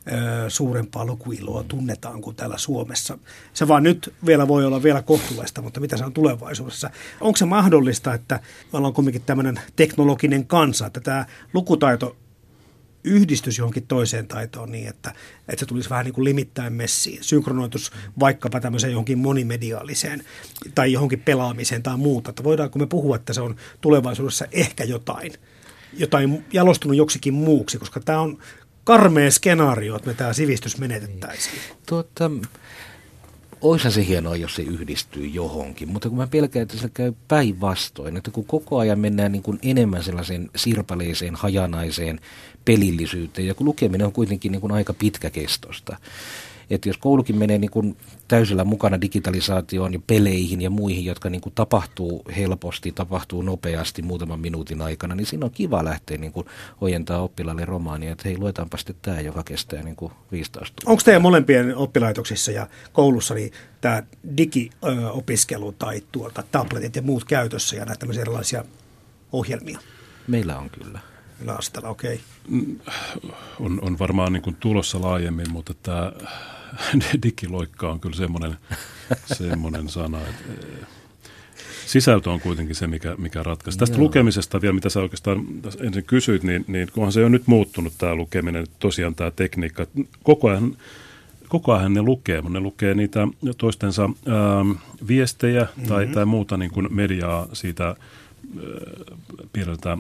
ö, suurempaa lukuiloa tunnetaan kuin täällä Suomessa. Se vaan nyt vielä voi olla vielä kohtuullista, mutta mitä se on tulevaisuudessa? Onko se mahdollista, että me ollaan kuitenkin tämmöinen teknologinen kansa, että tämä lukutaito yhdistys johonkin toiseen taitoon niin, että, että se tulisi vähän niin kuin limittäin messiin, synkronoitus vaikkapa tämmöiseen johonkin monimediaaliseen tai johonkin pelaamiseen tai muuta. Että voidaanko me puhua, että se on tulevaisuudessa ehkä jotain, jotain jalostunut joksikin muuksi, koska tämä on karmea skenaario, että me tämä sivistys menetettäisiin. Tuota, oishan se hienoa, jos se yhdistyy johonkin, mutta kun mä pelkään, että se käy päinvastoin, että kun koko ajan mennään niin kuin enemmän sellaiseen sirpaleiseen, hajanaiseen pelillisyyteen, ja kun lukeminen on kuitenkin niin kuin aika pitkäkestosta. Että jos koulukin menee niin kuin täysillä mukana digitalisaatioon ja peleihin ja muihin, jotka niin kuin tapahtuu helposti, tapahtuu nopeasti muutaman minuutin aikana, niin siinä on kiva lähteä niin kuin ojentaa oppilaalle romaania, että hei, luetaanpa sitten tämä, joka kestää niin kuin viisitoista tuntia. Onko teidän molempien oppilaitoksissa ja koulussa niin tämä digiopiskelu tai tuota, tabletit ja muut käytössä ja näitä tämmöisiä erilaisia ohjelmia? Meillä on kyllä. Laastella, okei. Okay. On, on varmaan niin kuin tulossa laajemmin, mutta tämä digiloikka on kyllä semmoinen, semmoinen sana, että sisältö on kuitenkin se, mikä, mikä ratkaisi. Tästä Joo. lukemisesta vielä, mitä sä oikeastaan ensin kysyit, niin, niin kunhan se on nyt muuttunut tämä lukeminen, tosiaan tämä tekniikka. Koko ajan, koko ajan ne lukee, mutta ne lukee niitä toistensa ää, viestejä mm-hmm. tai, tai muuta niin kuin mediaa siitä ää, piirretään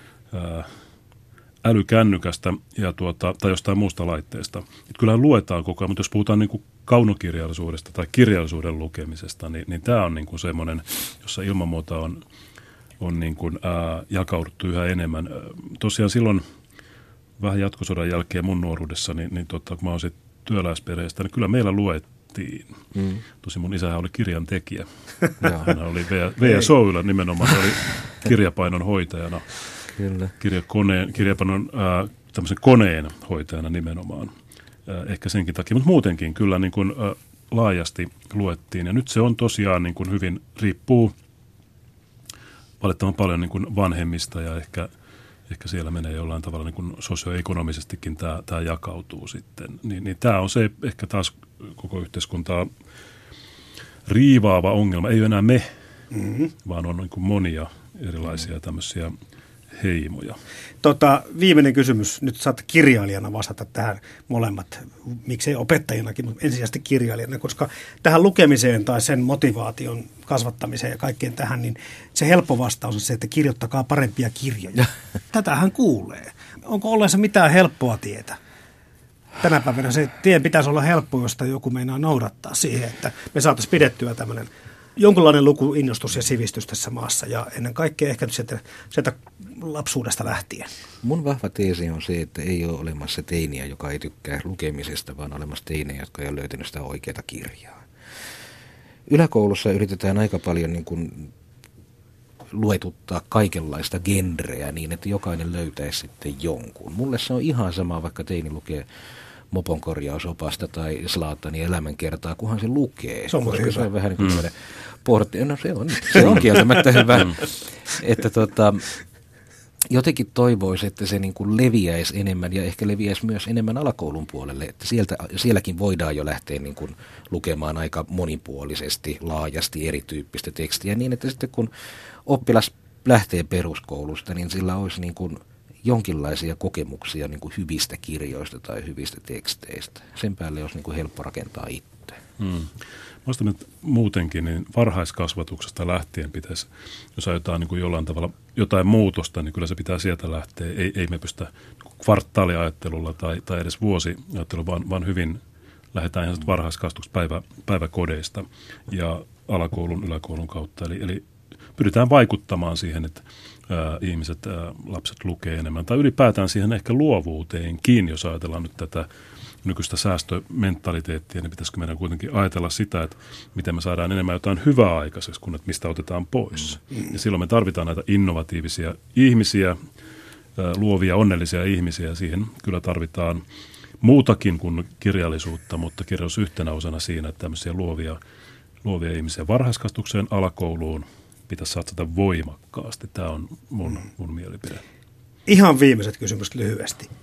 älykännykästä ja tuota, tai jostain muusta laitteesta. Et kyllähän luetaan koko ajan, mutta jos puhutaan niin kuin kaunokirjallisuudesta tai kirjallisuuden lukemisesta, niin, niin tämä on niin kuin semmoinen, jossa ilman muuta on, on niin kuin, ää, jakauduttu yhä enemmän. Tosiaan silloin vähän jatkosodan jälkeen mun nuoruudessa, niin, niin tota, kun mä olisin työläisperheestä, niin kyllä meillä luettiin. Mm. Tosi mun isähän oli kirjan tekijä. Hän oli V S Oy:llä nimenomaan, hän oli kirjapainon hoitajana. Kyllä. Kirjakoneen, kirjapanon äh, tämmöisen koneen hoitajana nimenomaan, äh, ehkä senkin takia, mutta muutenkin kyllä niin kuin, äh, laajasti luettiin. Ja nyt se on tosiaan niin kuin hyvin, riippuu valittavan paljon niin kuin vanhemmista ja ehkä, ehkä siellä menee jollain tavalla niin kuin sosioekonomisestikin tämä, tämä jakautuu sitten. Niin, niin tämä on se ehkä taas koko yhteiskuntaa riivaava ongelma. Ei ole enää me, mm-hmm. vaan on niin kuin monia erilaisia tämmöisiä heimoja. Tota, viimeinen kysymys. Nyt saat kirjailijana vastata tähän molemmat, miksei opettajinakin, mutta ensisijaisesti kirjailijana, koska tähän lukemiseen tai sen motivaation kasvattamiseen ja kaikkeen tähän, niin se helppo vastaus on se, että kirjoittakaa parempia kirjoja. Tätähän kuulee. Onko olleensa mitään helppoa tietä? Tänä päivänä se tien pitäisi olla helppo, josta joku meinaa noudattaa siihen, että me saataisiin pidettyä tämmöinen jonkinlainen lukuinnostus ja sivistys tässä maassa ja ennen kaikkea ehkä sieltä, sieltä lapsuudesta lähtien. Mun vahva teesi on se, että ei ole olemassa teiniä, joka ei tykkää lukemisesta, vaan olemassa teinejä, jotka ei ole löytänyt sitä oikeaa kirjaa. Yläkoulussa yritetään aika paljon niin kuin luetuttaa kaikenlaista genreä niin, että jokainen löytäisi sitten jonkun. Mulle se on ihan sama, vaikka teini lukee Mopon korjausopasta tai Zlatanin elämänkertaa, kunhan se lukee. Se on koska se on vähän niin kuin mm. pohti. No se on, se on kieltämättä hyvä. Että tota, jotenkin toivoisi, että se niin kuin leviäisi enemmän ja ehkä leviäisi myös enemmän alakoulun puolelle. Että sieltä, sielläkin voidaan jo lähteä niin kuin lukemaan aika monipuolisesti, laajasti erityyppistä tekstiä niin, että sitten kun oppilas lähtee peruskoulusta, niin sillä olisi niin kuin jonkinlaisia kokemuksia niin kuin hyvistä kirjoista tai hyvistä teksteistä. Sen päälle olisi niin kuin helppo rakentaa itse. Hmm. Mielestäni muutenkin niin varhaiskasvatuksesta lähtien pitäisi, jos ajetaan niin kuin jollain tavalla jotain muutosta, niin kyllä se pitää sieltä lähteä. Ei, ei me pystytä kvartaaliajattelulla tai, tai edes vuosiajattelulla, vaan, vaan hyvin lähdetään ihan varhaiskasvatuksesta päivä, päiväkodeista ja alakoulun, yläkoulun kautta. Eli, eli pyritään vaikuttamaan siihen, että ää, ihmiset, ää, lapset lukee enemmän. Tai ylipäätään siihen ehkä luovuuteenkin, jos ajatellaan nyt tätä nykyistä säästömentaliteettia, niin pitäisikö meidän kuitenkin ajatella sitä, että miten me saadaan enemmän jotain hyvää aikaiseksi, kun että mistä otetaan pois. Mm. Ja silloin me tarvitaan näitä innovatiivisia ihmisiä, ää, luovia, onnellisia ihmisiä. Siihen kyllä tarvitaan muutakin kuin kirjallisuutta, mutta kirjallisuus yhtenä osana siinä, että tämmöisiä luovia, luovia ihmisiä varhaiskasvatukseen, alakouluun pitäisi satsata voimakkaasti. Tämä on mun, mun mielipide. Ihan viimeiset kysymykset lyhyesti.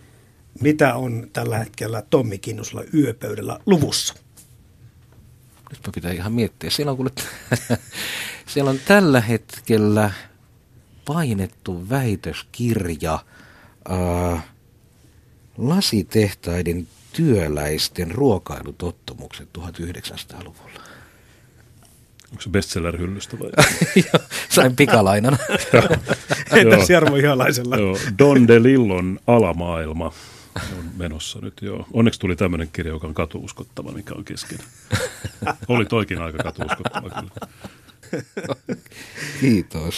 mitä on tällä hetkellä Tommi Kinnusella yöpöydällä luvussa? Nyt pitää ihan miettiä. Siellä on, kuule, siellä on tällä hetkellä painettu väitöskirja äh, lasitehtaiden työläisten ruokailutottumukset tuhatyhdeksänsataaluvulla. Onko se bestseller-hyllystä vai? Sain pikalainan. Entäs Jarmo Ihalaisella? Joo, Don DeLillon Alamaailma on menossa nyt, joo. Onneksi tuli tämmöinen kirja, joka on katuuskottava, mikä on kesken. Oli toikin aika katuuskottava kyllä. Kiitos.